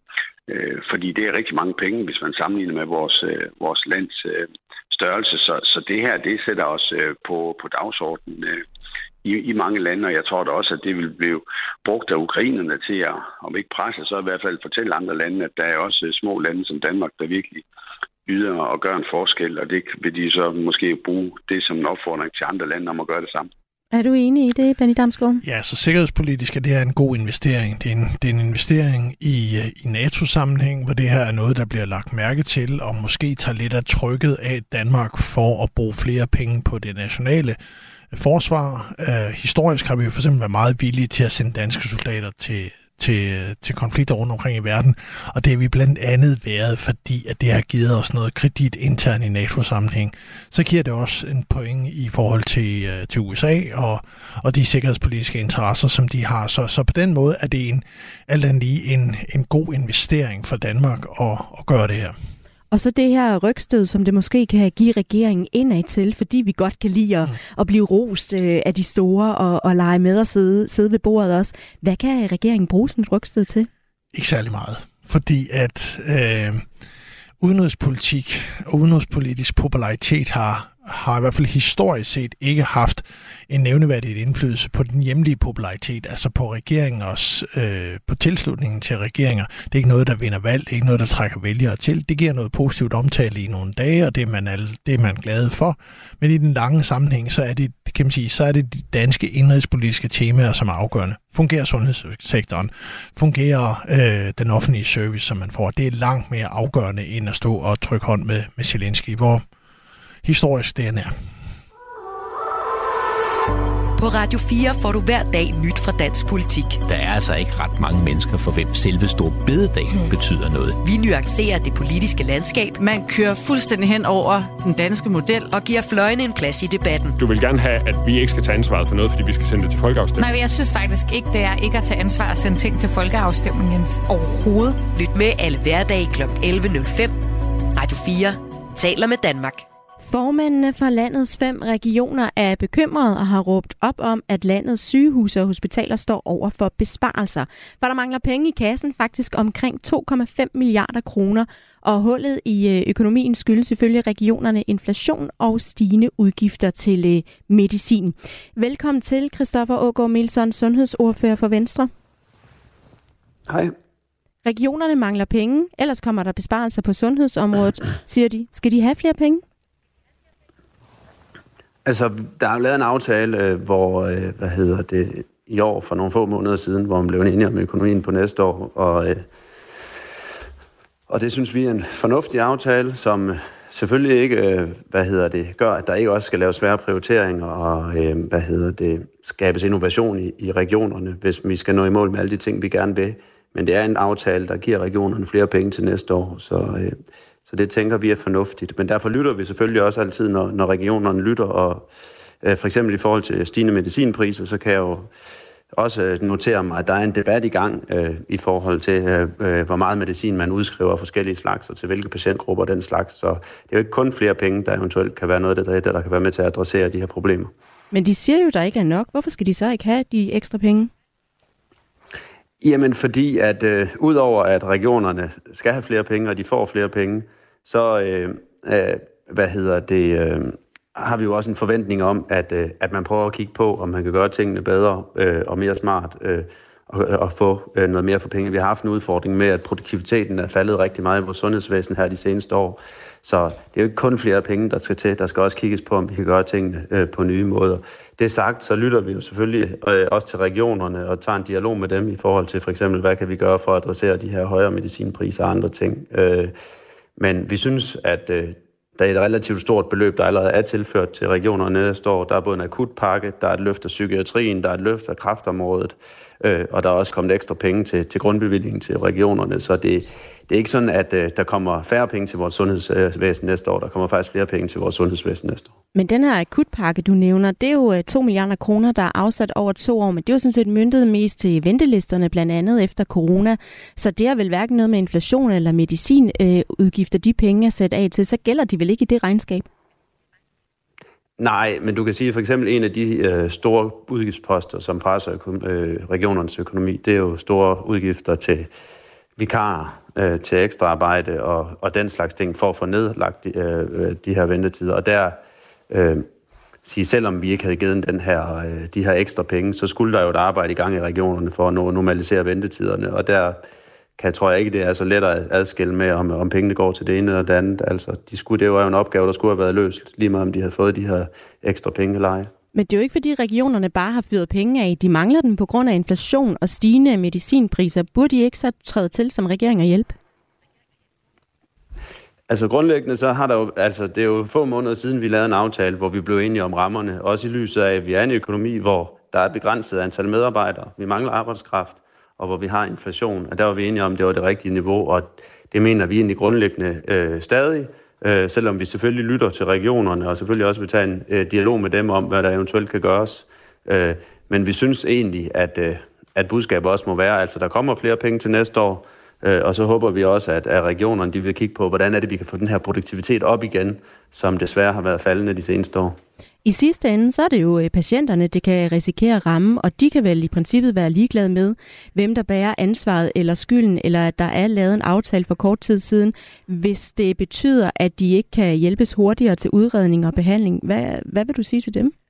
fordi det er rigtig mange penge, hvis man sammenligner med vores lands størrelse. Så det her, det sætter os på dagsordenen i mange lande, og jeg tror da også, at det vil blive brugt af ukrainerne til at, om ikke presse, så i hvert fald fortælle andre lande, at der er også små lande som Danmark, der virkelig yder og gør en forskel, og det vil de så måske bruge det som en opfordring til andre lande om at gøre det samme. Er du enig i det, Benny Damsgaard? Ja, så sikkerhedspolitisk er det her en god investering. Det er en investering i NATO-sammenhæng, hvor det her er noget, der bliver lagt mærke til, og måske tager lidt af trykket af Danmark for at bruge flere penge på det nationale forsvar. Historisk har vi jo for eksempel været meget villige til at sende danske soldater til konflikter rundt omkring i verden, og det har vi blandt andet været, fordi at det har givet os noget kredit internt i NATO-sammenhæng. Så giver det også en point i forhold til USA og de sikkerhedspolitiske interesser, som de har. Så på den måde er det alt andet lige en god investering for Danmark at gøre det her. Og så det her rygstød, som det måske kan give regeringen indad til, fordi vi godt kan lide at blive rost af de store og lege med og sidde ved bordet også. Hvad kan regeringen bruge sådan et rygstød til? Ikke særlig meget, fordi at udenrigspolitik og udenrigspolitisk popularitet har i hvert fald historisk set ikke haft en nævneværdig indflydelse på den hjemlige popularitet, altså på regeringers, på tilslutningen til regeringer. Det er ikke noget, der vinder valg, det er ikke noget, der trækker vælgere til. Det giver noget positivt omtale i nogle dage, og det er man glad for. Men i den lange sammenhæng, så er det, kan man sige, så er det de danske indrigspolitiske temaer, som er afgørende. Fungerer sundhedssektoren? Fungerer den offentlige service, som man får? Det er langt mere afgørende, end at stå og trykke hånd med Zelensky, hvor historisk det er. På Radio 4 får du hver dag nyt fra dansk politik. Der er altså ikke ret mange mennesker, for hvem selve store bededag betyder noget. Vi nuancerer det politiske landskab. Man kører fuldstændig hen over den danske model. Og giver fløjene en plads i debatten. Du vil gerne have, at vi ikke skal tage ansvaret for noget, fordi vi skal sende det til folkeafstemning. Nej, jeg synes faktisk ikke, det er ikke at tage ansvar og sende ting til folkeafstemning, Jens. Overhovedet. Lyt med alle hverdage kl. 11.05. Radio 4 taler med Danmark. Formændene for landets 5 regioner er bekymrede og har råbt op om, at landets sygehuse og hospitaler står over for besparelser. For der mangler penge i kassen, faktisk omkring 2,5 milliarder kroner. Og hullet i økonomien skyldes ifølge regionerne inflation og stigende udgifter til medicin. Velkommen til, Christoffer Aagaard Melson, sundhedsordfører for Venstre. Hej. Regionerne mangler penge, ellers kommer der besparelser på sundhedsområdet, siger de. Skal de have flere penge? Altså, der er jo lavet en aftale, hvor, i år for nogle få måneder siden, hvor man blev enige om økonomien på næste år, og det synes vi er en fornuftig aftale, som selvfølgelig ikke, gør, at der ikke også skal laves svære prioriteringer og, skabes innovation i regionerne, hvis vi skal nå i mål med alle de ting, vi gerne vil. Men det er en aftale, der giver regionerne flere penge til næste år, så det tænker vi er fornuftigt. Men derfor lytter vi selvfølgelig også altid, når regionerne lytter, og for eksempel i forhold til stigende medicinpriser, så kan jeg jo også notere mig, at der er en debat i gang i forhold til, hvor meget medicin man udskriver forskellige slags, og til hvilke patientgrupper den slags. Så det er jo ikke kun flere penge, der eventuelt kan være noget af det, der kan være med til at adressere de her problemer. Men de siger jo, der ikke er nok. Hvorfor skal de så ikke have de ekstra penge? Jamen fordi, at udover at regionerne skal have flere penge, og de får flere penge, så har vi jo også en forventning om, at man prøver at kigge på, om man kan gøre tingene bedre og mere smart og få noget mere for penge. Vi har haft en udfordring med, at produktiviteten er faldet rigtig meget i vores sundhedsvæsen her de seneste år. Så det er jo ikke kun flere penge, der skal til. Der skal også kigges på, om vi kan gøre tingene på nye måder. Det sagt, så lytter vi jo selvfølgelig også til regionerne og tager en dialog med dem i forhold til for eksempel, hvad kan vi gøre for at adressere de her højere medicinpriser og andre ting. Men vi synes, at der er et relativt stort beløb, der allerede er tilført til regionerne næste år. Der er både en akutpakke, der er et løft af psykiatrien, der er et løft af kræftområdet, og der er også kommet ekstra penge til grundbevilling til regionerne. Så det er ikke sådan, at der kommer færre penge til vores sundhedsvæsen næste år. Der kommer faktisk flere penge til vores sundhedsvæsen næste år. Men den her akutpakke, du nævner, det er jo 2 milliarder kroner, der er afsat over 2 år. Men det er jo sådan set møntet mest til ventelisterne, blandt andet efter corona. Så det er vel hverken noget med inflation eller medicinudgifter, de penge er sat af til. Så gælder de vel ikke i det regnskab? Nej, men du kan sige, at for eksempel en af de store udgiftsposter, som presser regionernes økonomi, det er jo store udgifter til vikarer, til ekstra arbejde og den slags ting, for at få nedlagt de her ventetider. Og der selvom vi ikke havde givet de her ekstra penge, så skulle der jo et arbejde i gang i regionerne for at normalisere ventetiderne. Og der tror jeg ikke, det er så let at adskille med, om pengene går til det ene eller det andet. Altså, det var jo en opgave, der skulle have været løst, lige meget om de havde fået de her ekstra penge eller ej. Men det er jo ikke, fordi regionerne bare har fyret penge af. De mangler dem på grund af inflation og stigende medicinpriser. Burde de ikke så træde til som regering og hjælpe? Altså grundlæggende så har der jo, det er jo få måneder siden, vi lavede en aftale, hvor vi blev enige om rammerne. Også i lyset af, at vi er i en økonomi, hvor der er begrænset antal medarbejdere. Vi mangler arbejdskraft, og hvor vi har inflation. Og der var vi enige om, at det var det rigtige niveau, og det mener vi egentlig grundlæggende stadig. Selvom vi selvfølgelig lytter til regionerne, og selvfølgelig også vil tage en dialog med dem om, hvad der eventuelt kan gøres. Men vi synes egentlig, at budskabet også må være, der kommer flere penge til næste år, og så håber vi også, at regionerne de vil kigge på, hvordan er det, vi kan få den her produktivitet op igen, som desværre har været faldende de seneste år. I sidste ende, så er det jo patienterne, det kan risikere at ramme, og de kan vel i princippet være ligeglade med, hvem der bærer ansvaret eller skylden, eller at der er lavet en aftale for kort tid siden, hvis det betyder, at de ikke kan hjælpes hurtigere til udredning og behandling. Hvad vil du sige til dem?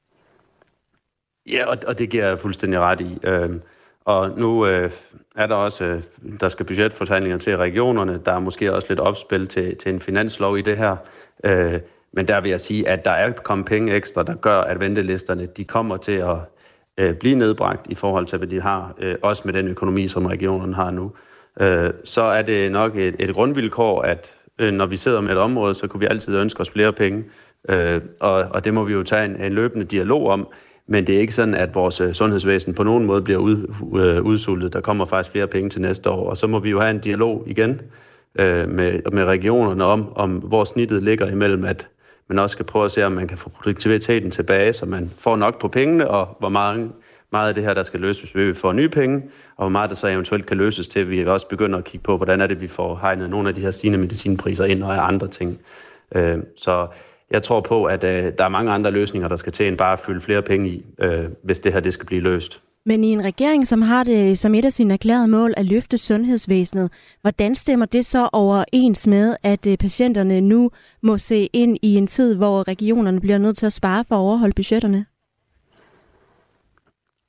Ja, og det giver jeg fuldstændig ret i. Og nu er der også, der skal budgetforhandlinger til regionerne. Der er måske også lidt opspil til en finanslov i det her. Men der vil jeg sige, at der er kommet penge ekstra, der gør, at ventelisterne de kommer til at blive nedbragt i forhold til, hvad de har, også med den økonomi, som regionerne har nu. Så er det nok et grundvilkår, at når vi sidder med et område, så kunne vi altid ønske os flere penge. Og det må vi jo tage en løbende dialog om. Men det er ikke sådan, at vores sundhedsvæsen på nogen måde bliver udsultet. Der kommer faktisk flere penge til næste år. Og så må vi jo have en dialog igen med regionerne om, hvor snittet ligger imellem, at man også skal prøve at se, om man kan få produktiviteten tilbage, så man får nok på pengene, og hvor meget af det her, der skal løses, hvis vi får nye penge, og hvor meget der så eventuelt kan løses til, at vi også begynder at kigge på, hvordan er det, vi får hegnet nogle af de her stigende medicinpriser ind og andre ting. Så jeg tror på, at der er mange andre løsninger, der skal til, end bare at fylde flere penge i, hvis det her det skal blive løst. Men i en regering, som har det som et af sine erklærede mål at løfte sundhedsvæsenet, hvordan stemmer det så overens med, at patienterne nu må se ind i en tid, hvor regionerne bliver nødt til at spare for at overholde budgetterne?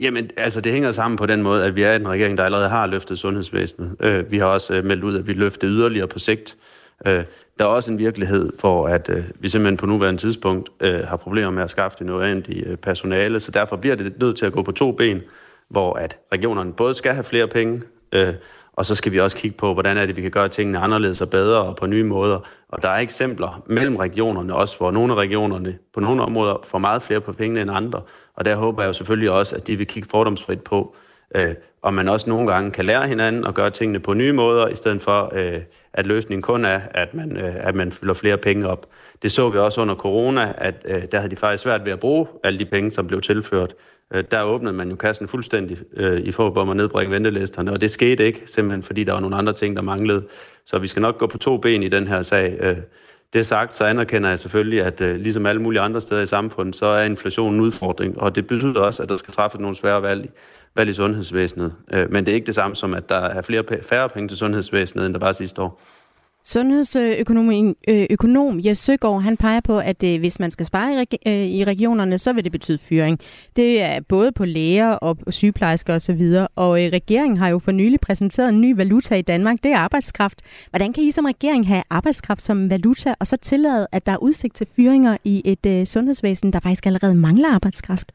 Jamen, altså det hænger sammen på den måde, at vi er en regering, der allerede har løftet sundhedsvæsenet. Vi har også meldt ud, at vi løfter yderligere på sigt. Der er også en virkelighed, hvor at vi simpelthen på nuværende tidspunkt har problemer med at skaffe det nødvendige personale, så derfor bliver det nødt til at gå på 2 ben, hvor at regionerne både skal have flere penge, og så skal vi også kigge på, hvordan er det, vi kan gøre tingene anderledes og bedre og på nye måder. Og der er eksempler mellem regionerne også, hvor nogle af regionerne på nogle områder får meget flere på pengene end andre. Og der håber jeg jo selvfølgelig også, at de vil kigge fordomsfrit på, og man også nogle gange kan lære hinanden og gøre tingene på nye måder, i stedet for, at løsningen kun er, at man fylder flere penge op. Det så vi også under corona, at der havde de faktisk svært ved at bruge alle de penge, som blev tilført. Der åbnede man jo kassen fuldstændig i forhold om at nedbringe ventelisterne, og det skete ikke, simpelthen fordi der var nogle andre ting, der manglede. Så vi skal nok gå på 2 ben i den her sag. Det sagt, så anerkender jeg selvfølgelig, at ligesom alle mulige andre steder i samfundet, så er inflationen en udfordring, og det betyder også, at der skal træffes nogle svære valg i sundhedsvæsenet. Men det er ikke det samme som, at der er færre penge til sundhedsvæsenet, end der var sidste år. Sundhedsøkonom Jes Søgaard, han peger på, at hvis man skal spare i regionerne, så vil det betyde fyring. Det er både på læger og sygeplejersker osv. Og regeringen har jo for nylig præsenteret en ny valuta i Danmark. Det er arbejdskraft. Hvordan kan I som regering have arbejdskraft som valuta, og så tillade, at der er udsigt til fyringer i et sundhedsvæsen, der faktisk allerede mangler arbejdskraft?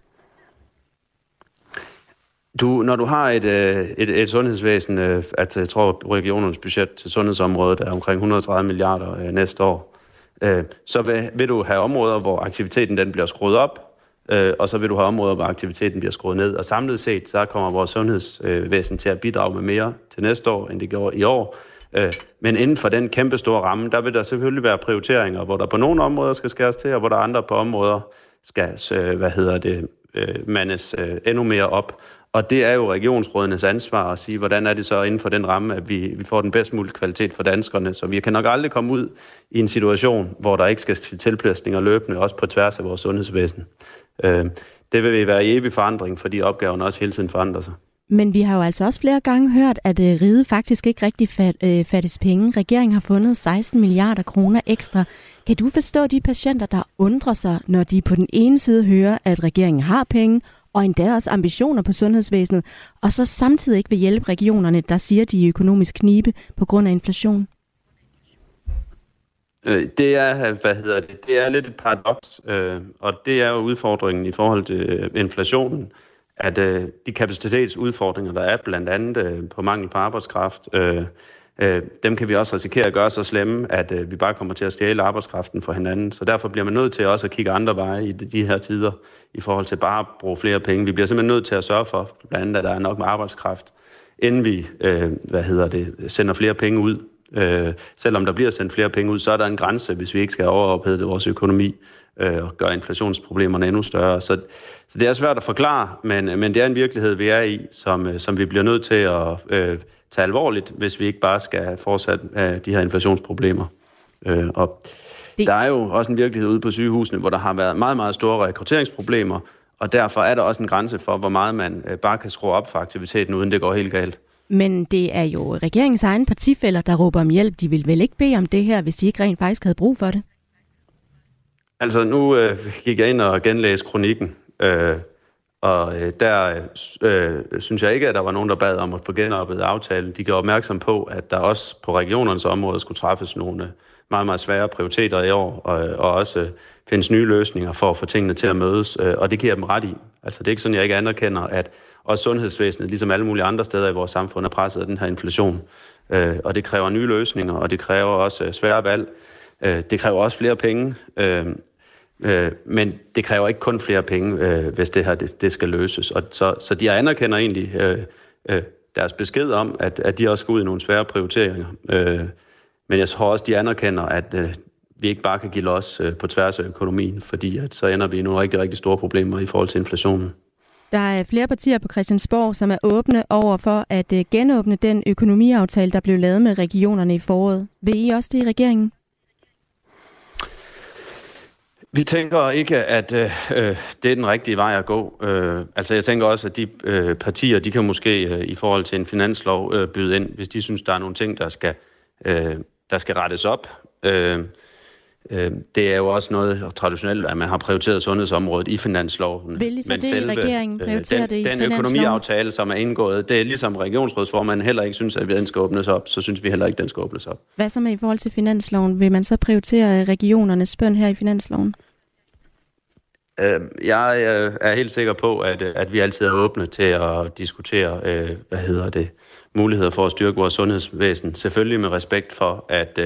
Når du har et sundhedsvæsen, at jeg tror, regionernes budget til sundhedsområdet er omkring 130 milliarder næste år, så vil du have områder, hvor aktiviteten den bliver skruet op, og så vil du have områder, hvor aktiviteten bliver skruet ned. Og samlet set, så kommer vores sundhedsvæsen til at bidrage med mere til næste år, end det gjorde i år. Men inden for den kæmpe store ramme, der vil der selvfølgelig være prioriteringer, hvor der på nogle områder skal skæres til, og hvor der andre på områder skal, mandes endnu mere op. Og det er jo regionsrådenes ansvar at sige, hvordan er det så inden for den ramme, at vi får den bedst mulige kvalitet for danskerne. Så vi kan nok aldrig komme ud i en situation, hvor der ikke skal tilpasninger løbende, også på tværs af vores sundhedsvæsen. Det vil være i evig forandring, fordi opgaverne også hele tiden forandrer sig. Men vi har jo altså også flere gange hørt, at riget faktisk ikke rigtig fattes penge. Regeringen har fundet 16 milliarder kroner ekstra. Kan du forstå de patienter, der undrer sig, når de på den ene side hører, at regeringen har penge, og endda også ambitioner på sundhedsvæsenet, og så samtidig ikke vil hjælpe regionerne, der siger, de er økonomisk knibe på grund af inflation? Det er lidt et paradoks, og det er jo udfordringen i forhold til inflationen, at de kapacitetsudfordringer, der er blandt andet på mangel på arbejdskraft, dem kan vi også risikere at gøre så slemme, at vi bare kommer til at stjæle arbejdskraften for hinanden. Så derfor bliver man nødt til også at kigge andre veje i de her tider, i forhold til bare at bruge flere penge. Vi bliver simpelthen nødt til at sørge for, blandt andet, at der er nok med arbejdskraft, inden vi sender flere penge ud. Selvom der bliver sendt flere penge ud, så er der en grænse, hvis vi ikke skal overophede vores økonomi og gøre inflationsproblemerne endnu større. Så det er svært at forklare, men det er en virkelighed, vi er i, som vi bliver nødt til at tage alvorligt, hvis vi ikke bare skal fortsætte de her inflationsproblemer. Der er jo også en virkelighed ude på sygehusene, hvor der har været meget, meget store rekrutteringsproblemer, og derfor er der også en grænse for, hvor meget man bare kan skrue op for aktiviteten, uden det går helt galt. Men det er jo regeringens egne partifæller, der råber om hjælp. De vil vel ikke bede om det her, hvis de ikke rent faktisk havde brug for det? Altså nu gik jeg ind og genlæste kronikken, og der synes jeg ikke, at der var nogen, der bad om at få genoppet aftalen. De gjorde opmærksom på, at der også på regionernes område skulle træffes nogle meget, meget svære prioriteter i år, og også findes nye løsninger for at få tingene til at mødes, og det giver dem ret i. Altså det er ikke sådan, jeg ikke anerkender, at også sundhedsvæsenet, ligesom alle mulige andre steder i vores samfund, er presset af den her inflation. Og det kræver nye løsninger, og det kræver også svære valg. Det kræver også flere penge, men det kræver ikke kun flere penge, hvis det her det skal løses. Og så de anerkender egentlig deres besked om, at de også skal ud i nogle svære prioriteringer. Men jeg tror også, de anerkender, at vi ikke bare kan give los på tværs af økonomien, fordi at så ender vi i nogle rigtig, rigtig store problemer i forhold til inflationen. Der er flere partier på Christiansborg, som er åbne over for at genåbne den økonomiaftale, der blev lavet med regionerne i foråret. Vil I også det i regeringen? Vi tænker ikke, at det er den rigtige vej at gå. Altså jeg tænker også, at de partier, de kan måske i forhold til en finanslov byde ind, hvis de synes, der er nogle ting, der skal rettes op. Det er jo også noget traditionelt, at man har prioriteret sundhedsområdet i finansloven. Vil I så det, regeringen prioriterer det i finansloven? Den økonomiaftale, som er indgået, det er ligesom regionsrådsformanden heller ikke synes, at den skal åbnes op, så synes vi heller ikke, den skal åbnes op. Hvad så med i forhold til finansloven? Vil man så prioritere regionernes bøn her i finansloven? Jeg er helt sikker på, at vi altid er åbne til at diskutere, muligheder for at styrke vores sundhedsvæsen. Selvfølgelig med respekt for,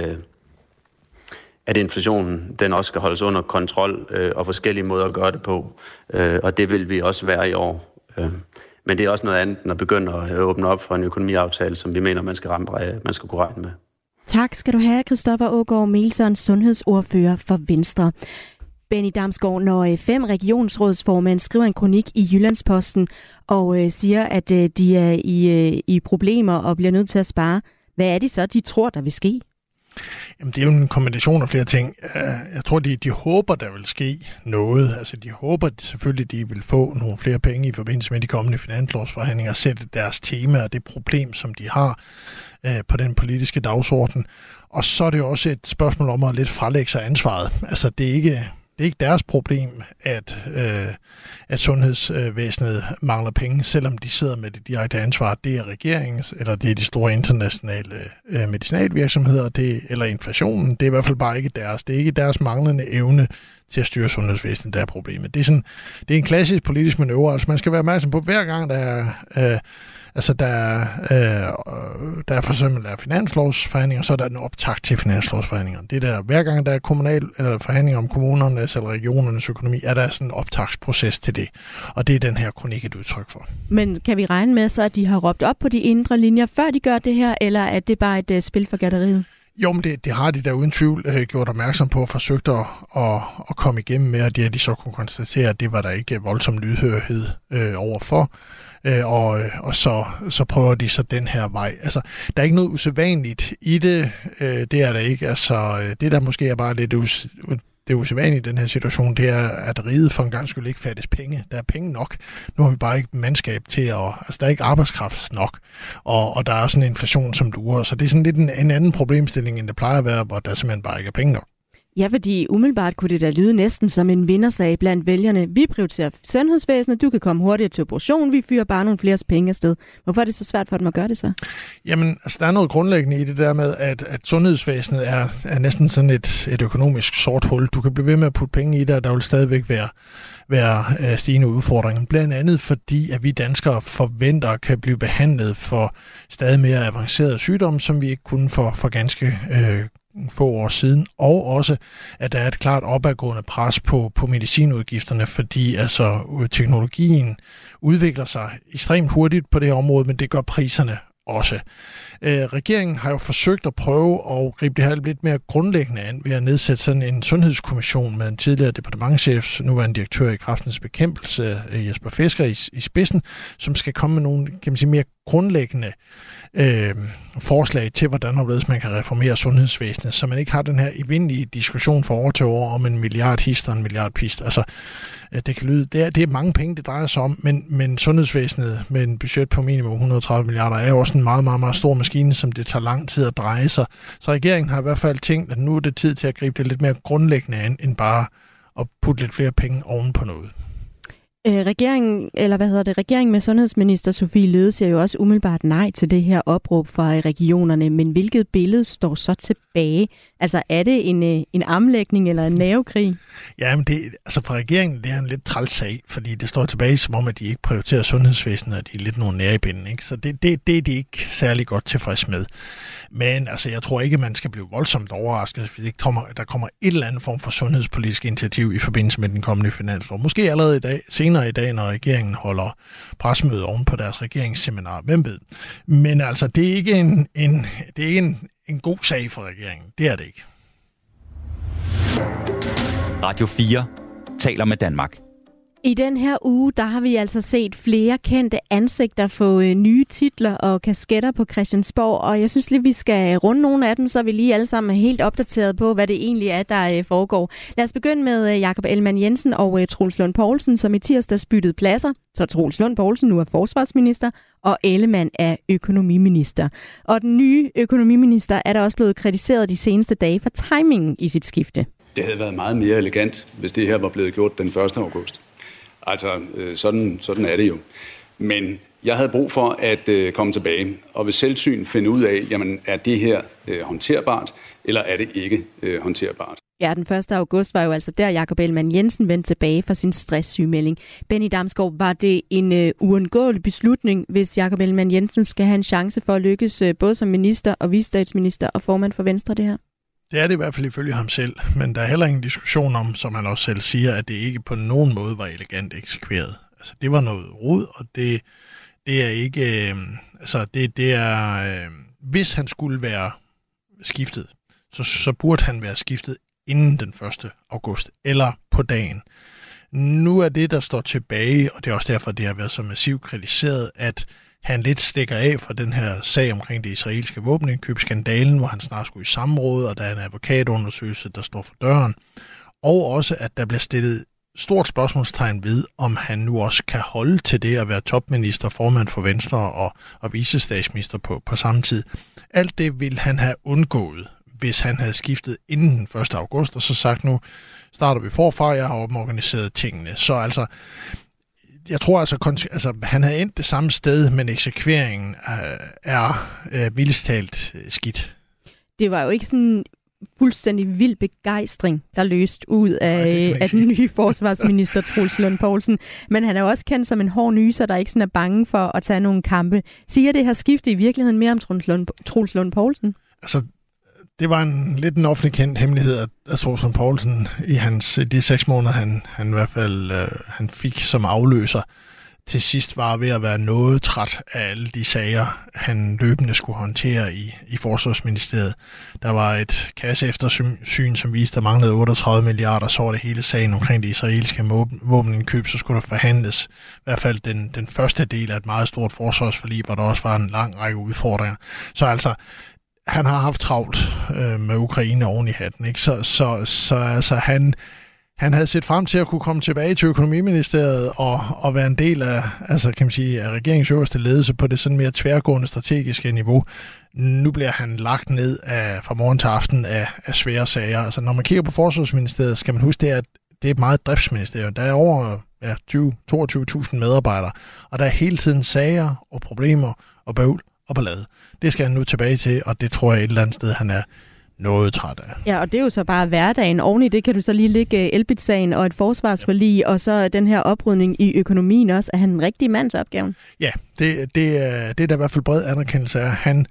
at inflationen den også skal holdes under kontrol og forskellige måder at gøre det på. Og det vil vi også være i år. Men det er også noget andet, end at begynde at åbne op for en økonomiaftale, som vi mener, man skal kunne regne med. Tak skal du have, Christoffer Aagaard Melson, sundhedsordfører for Venstre. Benny Damsgaard, når 5 regionsrådsformænd skriver en kronik i Jyllandsposten og siger, at de er i problemer og bliver nødt til at spare, hvad er det så, de tror, der vil ske? Jamen, det er jo en kombination af flere ting. Jeg tror, de håber, der vil ske noget. Altså, de håber selvfølgelig, de vil få nogle flere penge i forbindelse med de kommende finanslovsforhandlinger og sætte deres tema og det problem, som de har på den politiske dagsorden. Og så er det jo også et spørgsmål om at lidt frelægge sig ansvaret. Altså, det er ikke deres problem, at sundhedsvæsenet mangler penge, selvom de sidder med det direkte ansvar. Det er regeringens, eller det er de store internationale medicinalvirksomheder, eller inflationen. Det er i hvert fald bare ikke deres. Det er ikke deres manglende evne til at styre sundhedsvæsenet, der er problemet. Det er en klassisk politisk manøvre. Altså man skal være opmærksom på, hver gang der er der er for eksempel finanslovsforhandlinger, så er der en optakt til finanslovsforhandlingerne. Det der, hver gang der er eller forhandlinger om kommunernes eller regionernes økonomi, er der sådan en optagsproces til det. Og det er den her kronik et udtryk for. Men kan vi regne med så, at de har råbt op på de indre linjer, før de gør det her, eller er det bare et spil for galleriet? Jo, men det har de der uden tvivl gjort opmærksom på og forsøgt at komme igennem med, og det har de så kunne konstatere, at det var der ikke voldsom lydhørhed overfor. Og så prøver de så den her vej. Altså, der er ikke noget usædvanligt i det. Det er der ikke. Altså, det der måske er bare lidt det usædvanlige i den her situation, det er, at riget for en gang skulle ikke fattes penge. Der er penge nok. Nu har vi bare ikke mandskab til altså der er ikke arbejdskraft nok. Og der er også en inflation, som duer. Så det er sådan lidt en anden problemstilling, end det plejer at være, hvor der simpelthen bare ikke er penge nok. Ja, fordi umiddelbart kunne det da lyde næsten som en vindersag blandt vælgerne. Vi prioriterer sundhedsvæsenet, du kan komme hurtigere til operation, vi fyrer bare nogle flere penge afsted. Hvorfor er det så svært for dem at gøre det så? Jamen, altså der er noget grundlæggende i det der med, at sundhedsvæsenet er næsten sådan et økonomisk sort hul. Du kan blive ved med at putte penge i det, og der vil stadigvæk være stigende udfordringer. Blandt andet fordi, at vi danskere forventer kan blive behandlet for stadig mere avancerede sygdomme, som vi ikke kunne for ganske få år siden, og også, at der er et klart opadgående pres på medicinudgifterne, fordi altså teknologien udvikler sig ekstremt hurtigt på det her område, men det gør priserne også. Regeringen har jo forsøgt at prøve at gribe det her lidt mere grundlæggende an ved at nedsætte sådan en sundhedskommission med en tidligere departementschef, nuværende direktør i Kræftens Bekæmpelse, Jesper Fisker i spidsen, som skal komme med nogle, kan man sige, mere grundlæggende forslag til, hvordan man kan reformere sundhedsvæsenet, så man ikke har den her evindelige diskussion fra år til år om en milliard hist og en milliard pist. Altså, det kan lyde, det er mange penge, det drejer sig om, men sundhedsvæsenet med en budget på minimum 130 milliarder er jo også en meget, meget, meget stor maskine, som det tager lang tid at dreje sig. Så regeringen har i hvert fald tænkt, at nu er det tid til at gribe det lidt mere grundlæggende an, end bare at putte lidt flere penge oven på noget. Regeringen med sundhedsminister Sophie Løhde siger jo også umiddelbart nej til det her opråb fra regionerne, men hvilket billede står så tilbage? Altså er det en armlægning eller en nervekrig? Ja, men for regeringen det er en lidt træls sag, fordi det står tilbage som om, at de ikke prioriterer sundhedsvæsenet, og de er lidt nogle nære i pinden, ikke? Så det er de ikke særlig godt tilfreds med. Men altså, jeg tror ikke, man skal blive voldsomt overrasket, hvis der kommer et eller andet form for sundhedspolitisk initiativ i forbindelse med den kommende finanslov. Måske allerede senere i dag, når regeringen holder pressemøde oven på deres regeringsseminar. Hvem ved? Men altså, det er ikke en god sag for regeringen. Det er det ikke. Radio 4 taler med Danmark. I den her uge, der har vi altså set flere kendte ansigter få nye titler og kasketter på Christiansborg, og jeg synes lige, vi skal runde nogle af dem, så vi lige alle sammen er helt opdateret på, hvad det egentlig er, der foregår. Lad os begynde med Jakob Ellemann-Jensen og Troels Lund Poulsen, som i tirsdags byttede pladser. Så Troels Lund Poulsen nu er forsvarsminister, og Ellemann er økonomiminister. Og den nye økonomiminister er der også blevet kritiseret de seneste dage for timingen i sit skifte. Det havde været meget mere elegant, hvis det her var blevet gjort den 1. august. Altså, sådan er det jo. Men jeg havde brug for at komme tilbage og ved selvsyn finde ud af, jamen, er det her håndterbart, eller er det ikke håndterbart? Ja, den 1. august var jo altså der, Jakob Ellemann-Jensen vendte tilbage fra sin stresssygemelding. Benny Damsgaard, var det en uundgåelig beslutning, hvis Jakob Ellemann-Jensen skal have en chance for at lykkes både som minister og vicestatsminister og formand for Venstre, det her? Det er det i hvert fald ifølge ham selv, men der er heller ingen diskussion om, som han også selv siger, at det ikke på nogen måde var elegant eksekveret. Altså, det var noget rod, og det er ikke... hvis han skulle være skiftet, så burde han være skiftet inden den 1. august, eller på dagen. Nu er det, der står tilbage, og det er også derfor, det har været så massivt kritiseret, at han lidt stikker af fra den her sag omkring det israelske våbenindkøbsskandalen, hvor han snart skulle i samråd, og der er en advokatundersøgelse, der står for døren. Og også, at der bliver stillet stort spørgsmålstegn ved, om han nu også kan holde til det at være topminister, formand for Venstre og vicestatsminister på samme tid. Alt det ville han have undgået, hvis han havde skiftet inden den 1. august, og så sagt, nu starter vi forfra, jeg har omorganiseret tingene. Så altså, jeg tror altså han havde endt det samme sted, men eksekveringen er mildest talt skidt. Det var jo ikke sådan fuldstændig vild begejstring, der løst ud af den nye forsvarsminister Troels Lund Poulsen. Men han er også kendt som en hård nyser, der ikke sådan er bange for at tage nogle kampe. Siger det her skifte i virkeligheden mere om Troels Lund Poulsen? Altså, det var lidt en offentlig kendt hemmelighed, at Troels Lund Poulsen i de 6 måneder, han i hvert fald han fik som afløser, til sidst var ved at være noget træt af alle de sager, han løbende skulle håndtere i Forsvarsministeriet. Der var et kasseeftersyn, som viste, at der manglede 38 milliarder, så var det hele sagen omkring det israelske våbenindkøb, så skulle der forhandles i hvert fald den første del af et meget stort forsvarsforlig, hvor der også var en lang række udfordringer. Så altså, han har haft travlt med Ukraine oven i hatten, ikke? Så altså, han havde set frem til at kunne komme tilbage til økonomiministeriet og være en del af, altså kan man sige, af regeringens øverste ledelse på det sådan mere tværgående strategiske niveau. Nu bliver han lagt ned fra morgen til aften af svære sager. Altså når man kigger på Forsvarsministeriet, skal man huske det, at det er et meget driftsministerium. Der er over 22.000 medarbejdere, og der er hele tiden sager og problemer og bøvl og ballade. Det skal han nu tilbage til, og det tror jeg et eller andet sted, han er noget træt af. Ja, og det er jo så bare hverdagen. Oven i det kan du så lige lægge Elbit-sagen og et forsvarsforlig, og så den her oprydning i økonomien også. Er han en rigtig mand til opgaven? Ja, det er der i hvert fald bred anerkendelse af. Han,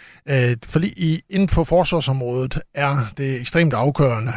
inden for forsvarsområdet er det ekstremt afgørende,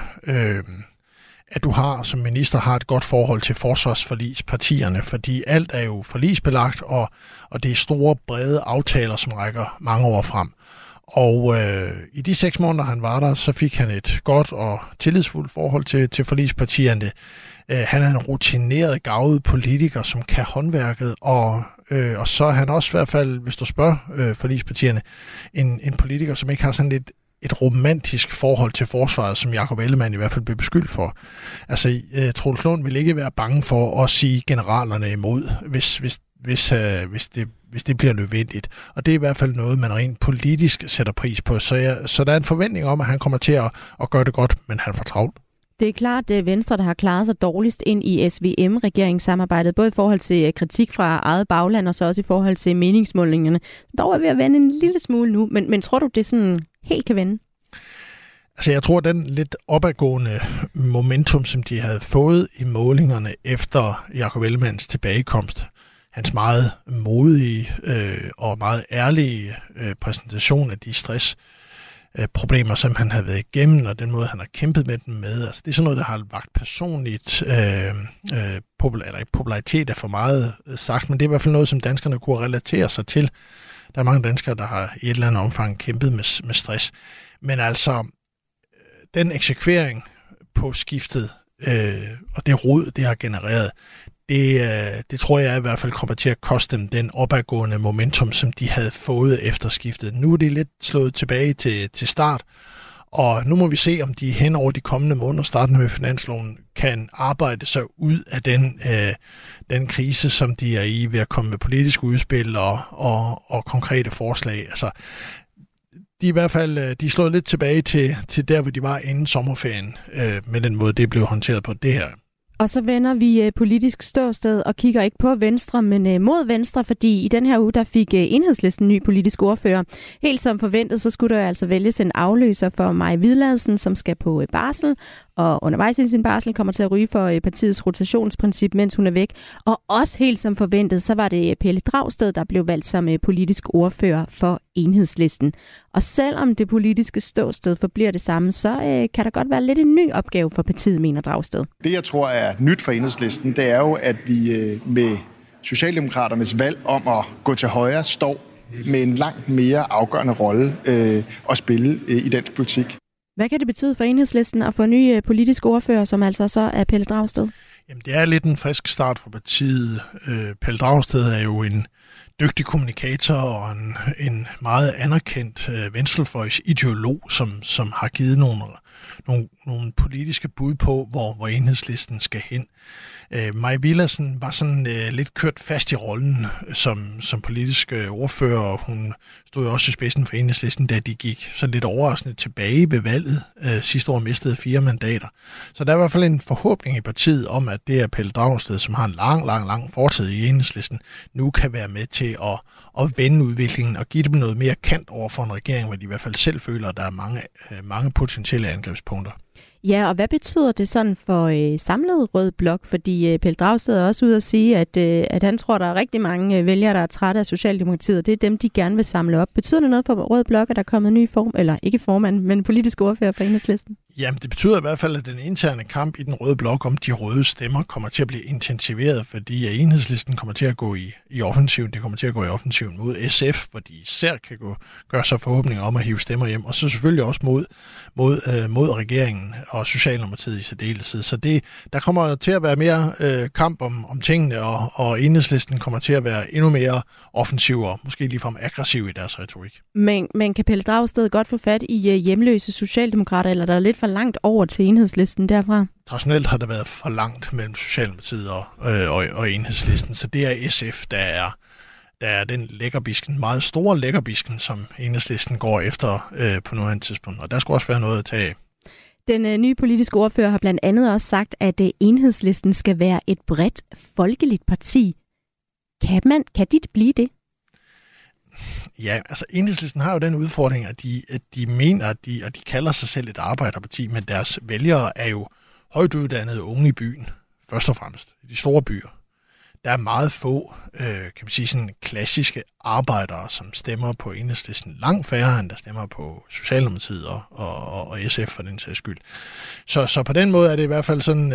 at du som minister har et godt forhold til forsvarsforligspartierne, fordi alt er jo forligsbelagt, og det er store, brede aftaler, som rækker mange år frem. Og i de 6 måneder, han var der, så fik han et godt og tillidsfuldt forhold til forligspartierne. Han er en rutineret, garvet politiker, som kan håndværket, og så er han også i hvert fald, hvis du spørger forligspartierne, en politiker, som ikke har sådan et romantisk forhold til forsvaret, som Jakob Ellemann i hvert fald blev beskyldt for. Altså, Troels Lund ville ikke være bange for at sige generalerne imod, hvis det bliver nødvendigt. Og det er i hvert fald noget, man rent politisk sætter pris på. Så der er en forventning om, at han kommer til at gøre det godt, men han får travlt. Det er klart, at Venstre, der har klaret sig dårligst ind i SVM-regeringssamarbejdet, både i forhold til kritik fra eget bagland, og så også i forhold til meningsmålingerne. Dog er ved at vende en lille smule nu, men tror du, det sådan helt kan vende? Altså, jeg tror, den lidt opadgående momentum, som de havde fået i målingerne efter Jakob Ellemanns tilbagekomst, hans meget modige og meget ærlige præsentation af de stressproblemer, som han havde været igennem, og den måde, han har kæmpet med dem med. Altså, det er sådan noget, der har vakt personligt popularitet er for meget sagt, men det er i hvert fald noget, som danskerne kunne relatere sig til. Der er mange danskere, der har i et eller andet omfang kæmpet med stress. Men altså, den eksekvering på skiftet og det rod, det har genereret, det tror jeg i hvert fald kommer til at koste dem den opadgående momentum, som de havde fået efter skiftet. Nu er det lidt slået tilbage til start, og nu må vi se, om de hen over de kommende måneder, startende med finansloven, kan arbejde sig ud af den krise, som de er i ved at komme med politiske udspil og konkrete forslag. Altså, i hvert fald de er slået lidt tilbage til der, hvor de var inden sommerferien, med den måde, det blev håndteret på det her. Og så vender vi politisk ståsted og kigger ikke på Venstre, men mod Venstre, fordi i den her uge, der fik Enhedslisten ny politisk ordfører. Helt som forventet, så skulle der altså vælges en afløser for Mai Villadsen, som skal på barsel, og undervejs i sin barsel kommer til at ryge for partiets rotationsprincip, mens hun er væk. Og også helt som forventet, så var det Pelle Dragsted, der blev valgt som politisk ordfører for Enhedslisten. Og selvom det politiske ståsted forbliver det samme, så kan der godt være lidt en ny opgave for partiet, mener Dragsted. Det, jeg tror er nyt for Enhedslisten, det er jo, at vi med Socialdemokraternes valg om at gå til højre står med en langt mere afgørende rolle at spille i dansk politik. Hvad kan det betyde for Enhedslisten at få en ny politisk ordfører, som altså så er Pelle Dragsted? Jamen, det er lidt en frisk start for partiet. Pelle Dragsted er jo en dygtig kommunikator og en meget anerkendt venstrefløjs ideolog, som har givet nogle politiske bud på, hvor Enhedslisten skal hen. Mai Villadsen var sådan lidt kørt fast i rollen som politisk ordfører, og hun stod også i spidsen for Enhedslisten, da de gik så lidt overraskende tilbage ved valget. Sidste år mistede 4 mandater. Så der er i hvert fald en forhåbning i partiet om, at det er Pelle Dragsted, som har en lang fortid i Enhedslisten, nu kan være med til at vende udviklingen og give dem noget mere kant over for en regering, hvor de i hvert fald selv føler, at der er mange potentielle angrebspunkter. Ja, og hvad betyder det sådan for samlet rød blok? Fordi Pelle Dragsted er også ude at sige, at han tror, der er rigtig mange vælgere, der er trætte af Socialdemokratiet. Det er dem, de gerne vil samle op. Betyder det noget for rød blok, at der er kommet en ny ikke formand, men politisk ordfører for Enhedslisten? Jamen, det betyder i hvert fald, at den interne kamp i den røde blok om de røde stemmer kommer til at blive intensiveret, fordi Enhedslisten kommer til at gå i offensiven. Det kommer til at gå i offensiven mod SF, hvor de især kan gøre sig forhåbninger om at hive stemmer hjem. Og så selvfølgelig også mod regeringen og Socialdemokratiet i særdeleshed. Så der kommer til at være mere kamp om tingene, og Enhedslisten kommer til at være endnu mere offensiv og måske ligefrem aggressiv i deres retorik. Men kan Pelle Dragsted godt få fat i hjemløse socialdemokrater, eller der er lidt for langt over til Enhedslisten derfra? Traditionelt har der været for langt mellem Socialdemokratiet og Enhedslisten, så det er SF, der er den lækkerbisken, meget store lækkerbisken, som Enhedslisten går efter på nuværende tidspunkt, og der skulle også være noget at tage af. Den nye politiske ordfører har blandt andet også sagt, at Enhedslisten skal være et bredt folkeligt parti. Kan de blive det? Ja, altså Enhedslisten har jo den udfordring, at de mener, at de kalder sig selv et arbejderparti, men deres vælgere er jo højt uddannede unge i byen, først og fremmest, i de store byer. Der er meget få, kan man sige, sådan klassiske arbejdere, som stemmer på Enhedslisten. Langt færre, end der stemmer på Socialdemokratiet og SF for den sags skyld. Så på den måde er det i hvert fald sådan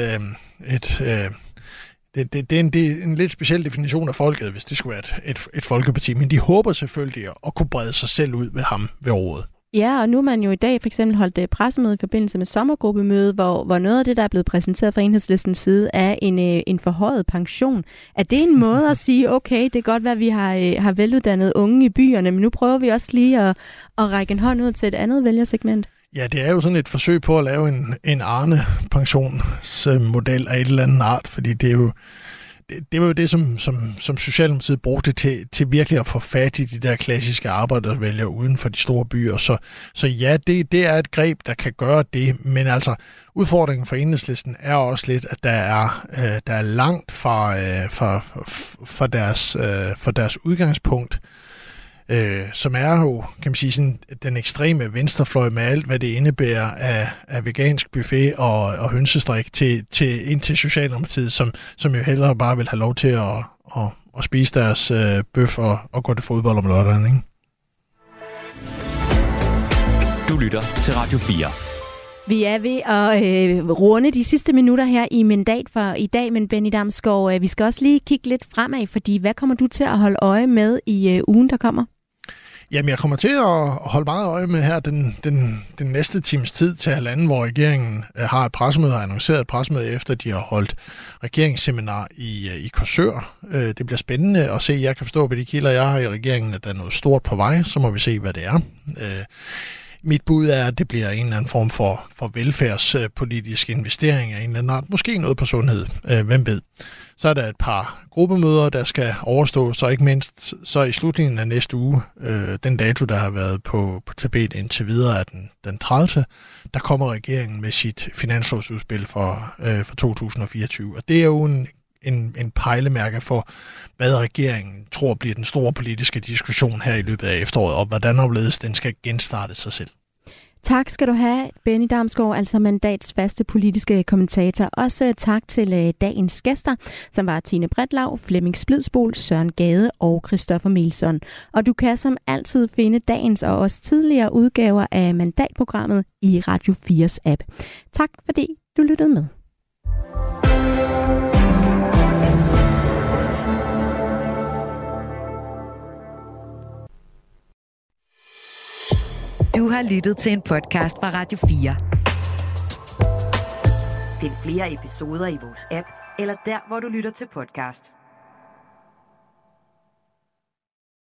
det er en lidt speciel definition af folket, hvis det skulle være et folkeparti. Men de håber selvfølgelig at kunne brede sig selv ud ved ham ved rådet. Ja, og nu har man jo i dag for eksempel holdt pressemøde i forbindelse med sommergruppemødet, hvor noget af det, der er blevet præsenteret fra Enhedslistens side, er en forhøjet pension. Er det en måde at sige, okay, det er godt være, at vi har veluddannede unge i byerne, men nu prøver vi også lige at række en hånd ud til et andet vælgersegment? Ja, det er jo sådan et forsøg på at lave en Arne-pensionsmodel af et eller andet art, fordi det var jo det, som Socialdemokratiet brugte til virkelig at få fat i de der klassiske arbejdervælgere uden for de store byer. Så ja, det er et greb, der kan gøre det, men altså udfordringen for Enhedslisten er også lidt, at der er langt fra deres udgangspunkt, som er jo, kan man sige, sådan den ekstreme venstrefløj med alt, hvad det indebærer af vegansk buffet og hønsestrik ind til Socialdemokratiet, som jo hellere bare vil have lov til at spise deres bøf og gå til fodbold om lørdagen, ikke? Du lytter til Radio 4. Vi er ved at runde de sidste minutter her i mandat for i dag, men Benny Damsgaard, vi skal også lige kigge lidt fremad, fordi hvad kommer du til at holde øje med i ugen, der kommer? Jamen, jeg kommer til at holde meget øje med her den næste times tid til halvanden, hvor regeringen har et pressemøde, har annonceret et pressemøde, efter de har holdt regeringsseminar i Korsør. Det bliver spændende at se. Jeg kan forstå på de kilder, jeg har i regeringen, at der er noget stort på vej, så må vi se, hvad det er. Mit bud er, at det bliver en eller anden form for velfærdspolitisk investering af en eller anden art. Måske noget på sundhed. Hvem ved? Så er der et par gruppemøder, der skal overstås, så ikke mindst så i slutningen af næste uge, den dato, der har været på tapet indtil videre, er den 30. Der kommer regeringen med sit finanslovsudspil for 2024. Og det er jo en pejlemærke for, hvad regeringen tror bliver den store politiske diskussion her i løbet af efteråret, og hvordan overledes den skal genstarte sig selv. Tak skal du have, Benny Damsgaard, altså Mandats faste politiske kommentator. Også tak til dagens gæster, som var Tine Bretlau, Flemming Splidsbol, Søren Gade og Christoffer Milson. Og du kan som altid finde dagens og også tidligere udgaver af Mandatprogrammet i Radio 4's app. Tak fordi du lyttede med. Du har lyttet til en podcast fra Radio 4. Find flere episoder i vores app, eller der, hvor du lytter til podcast.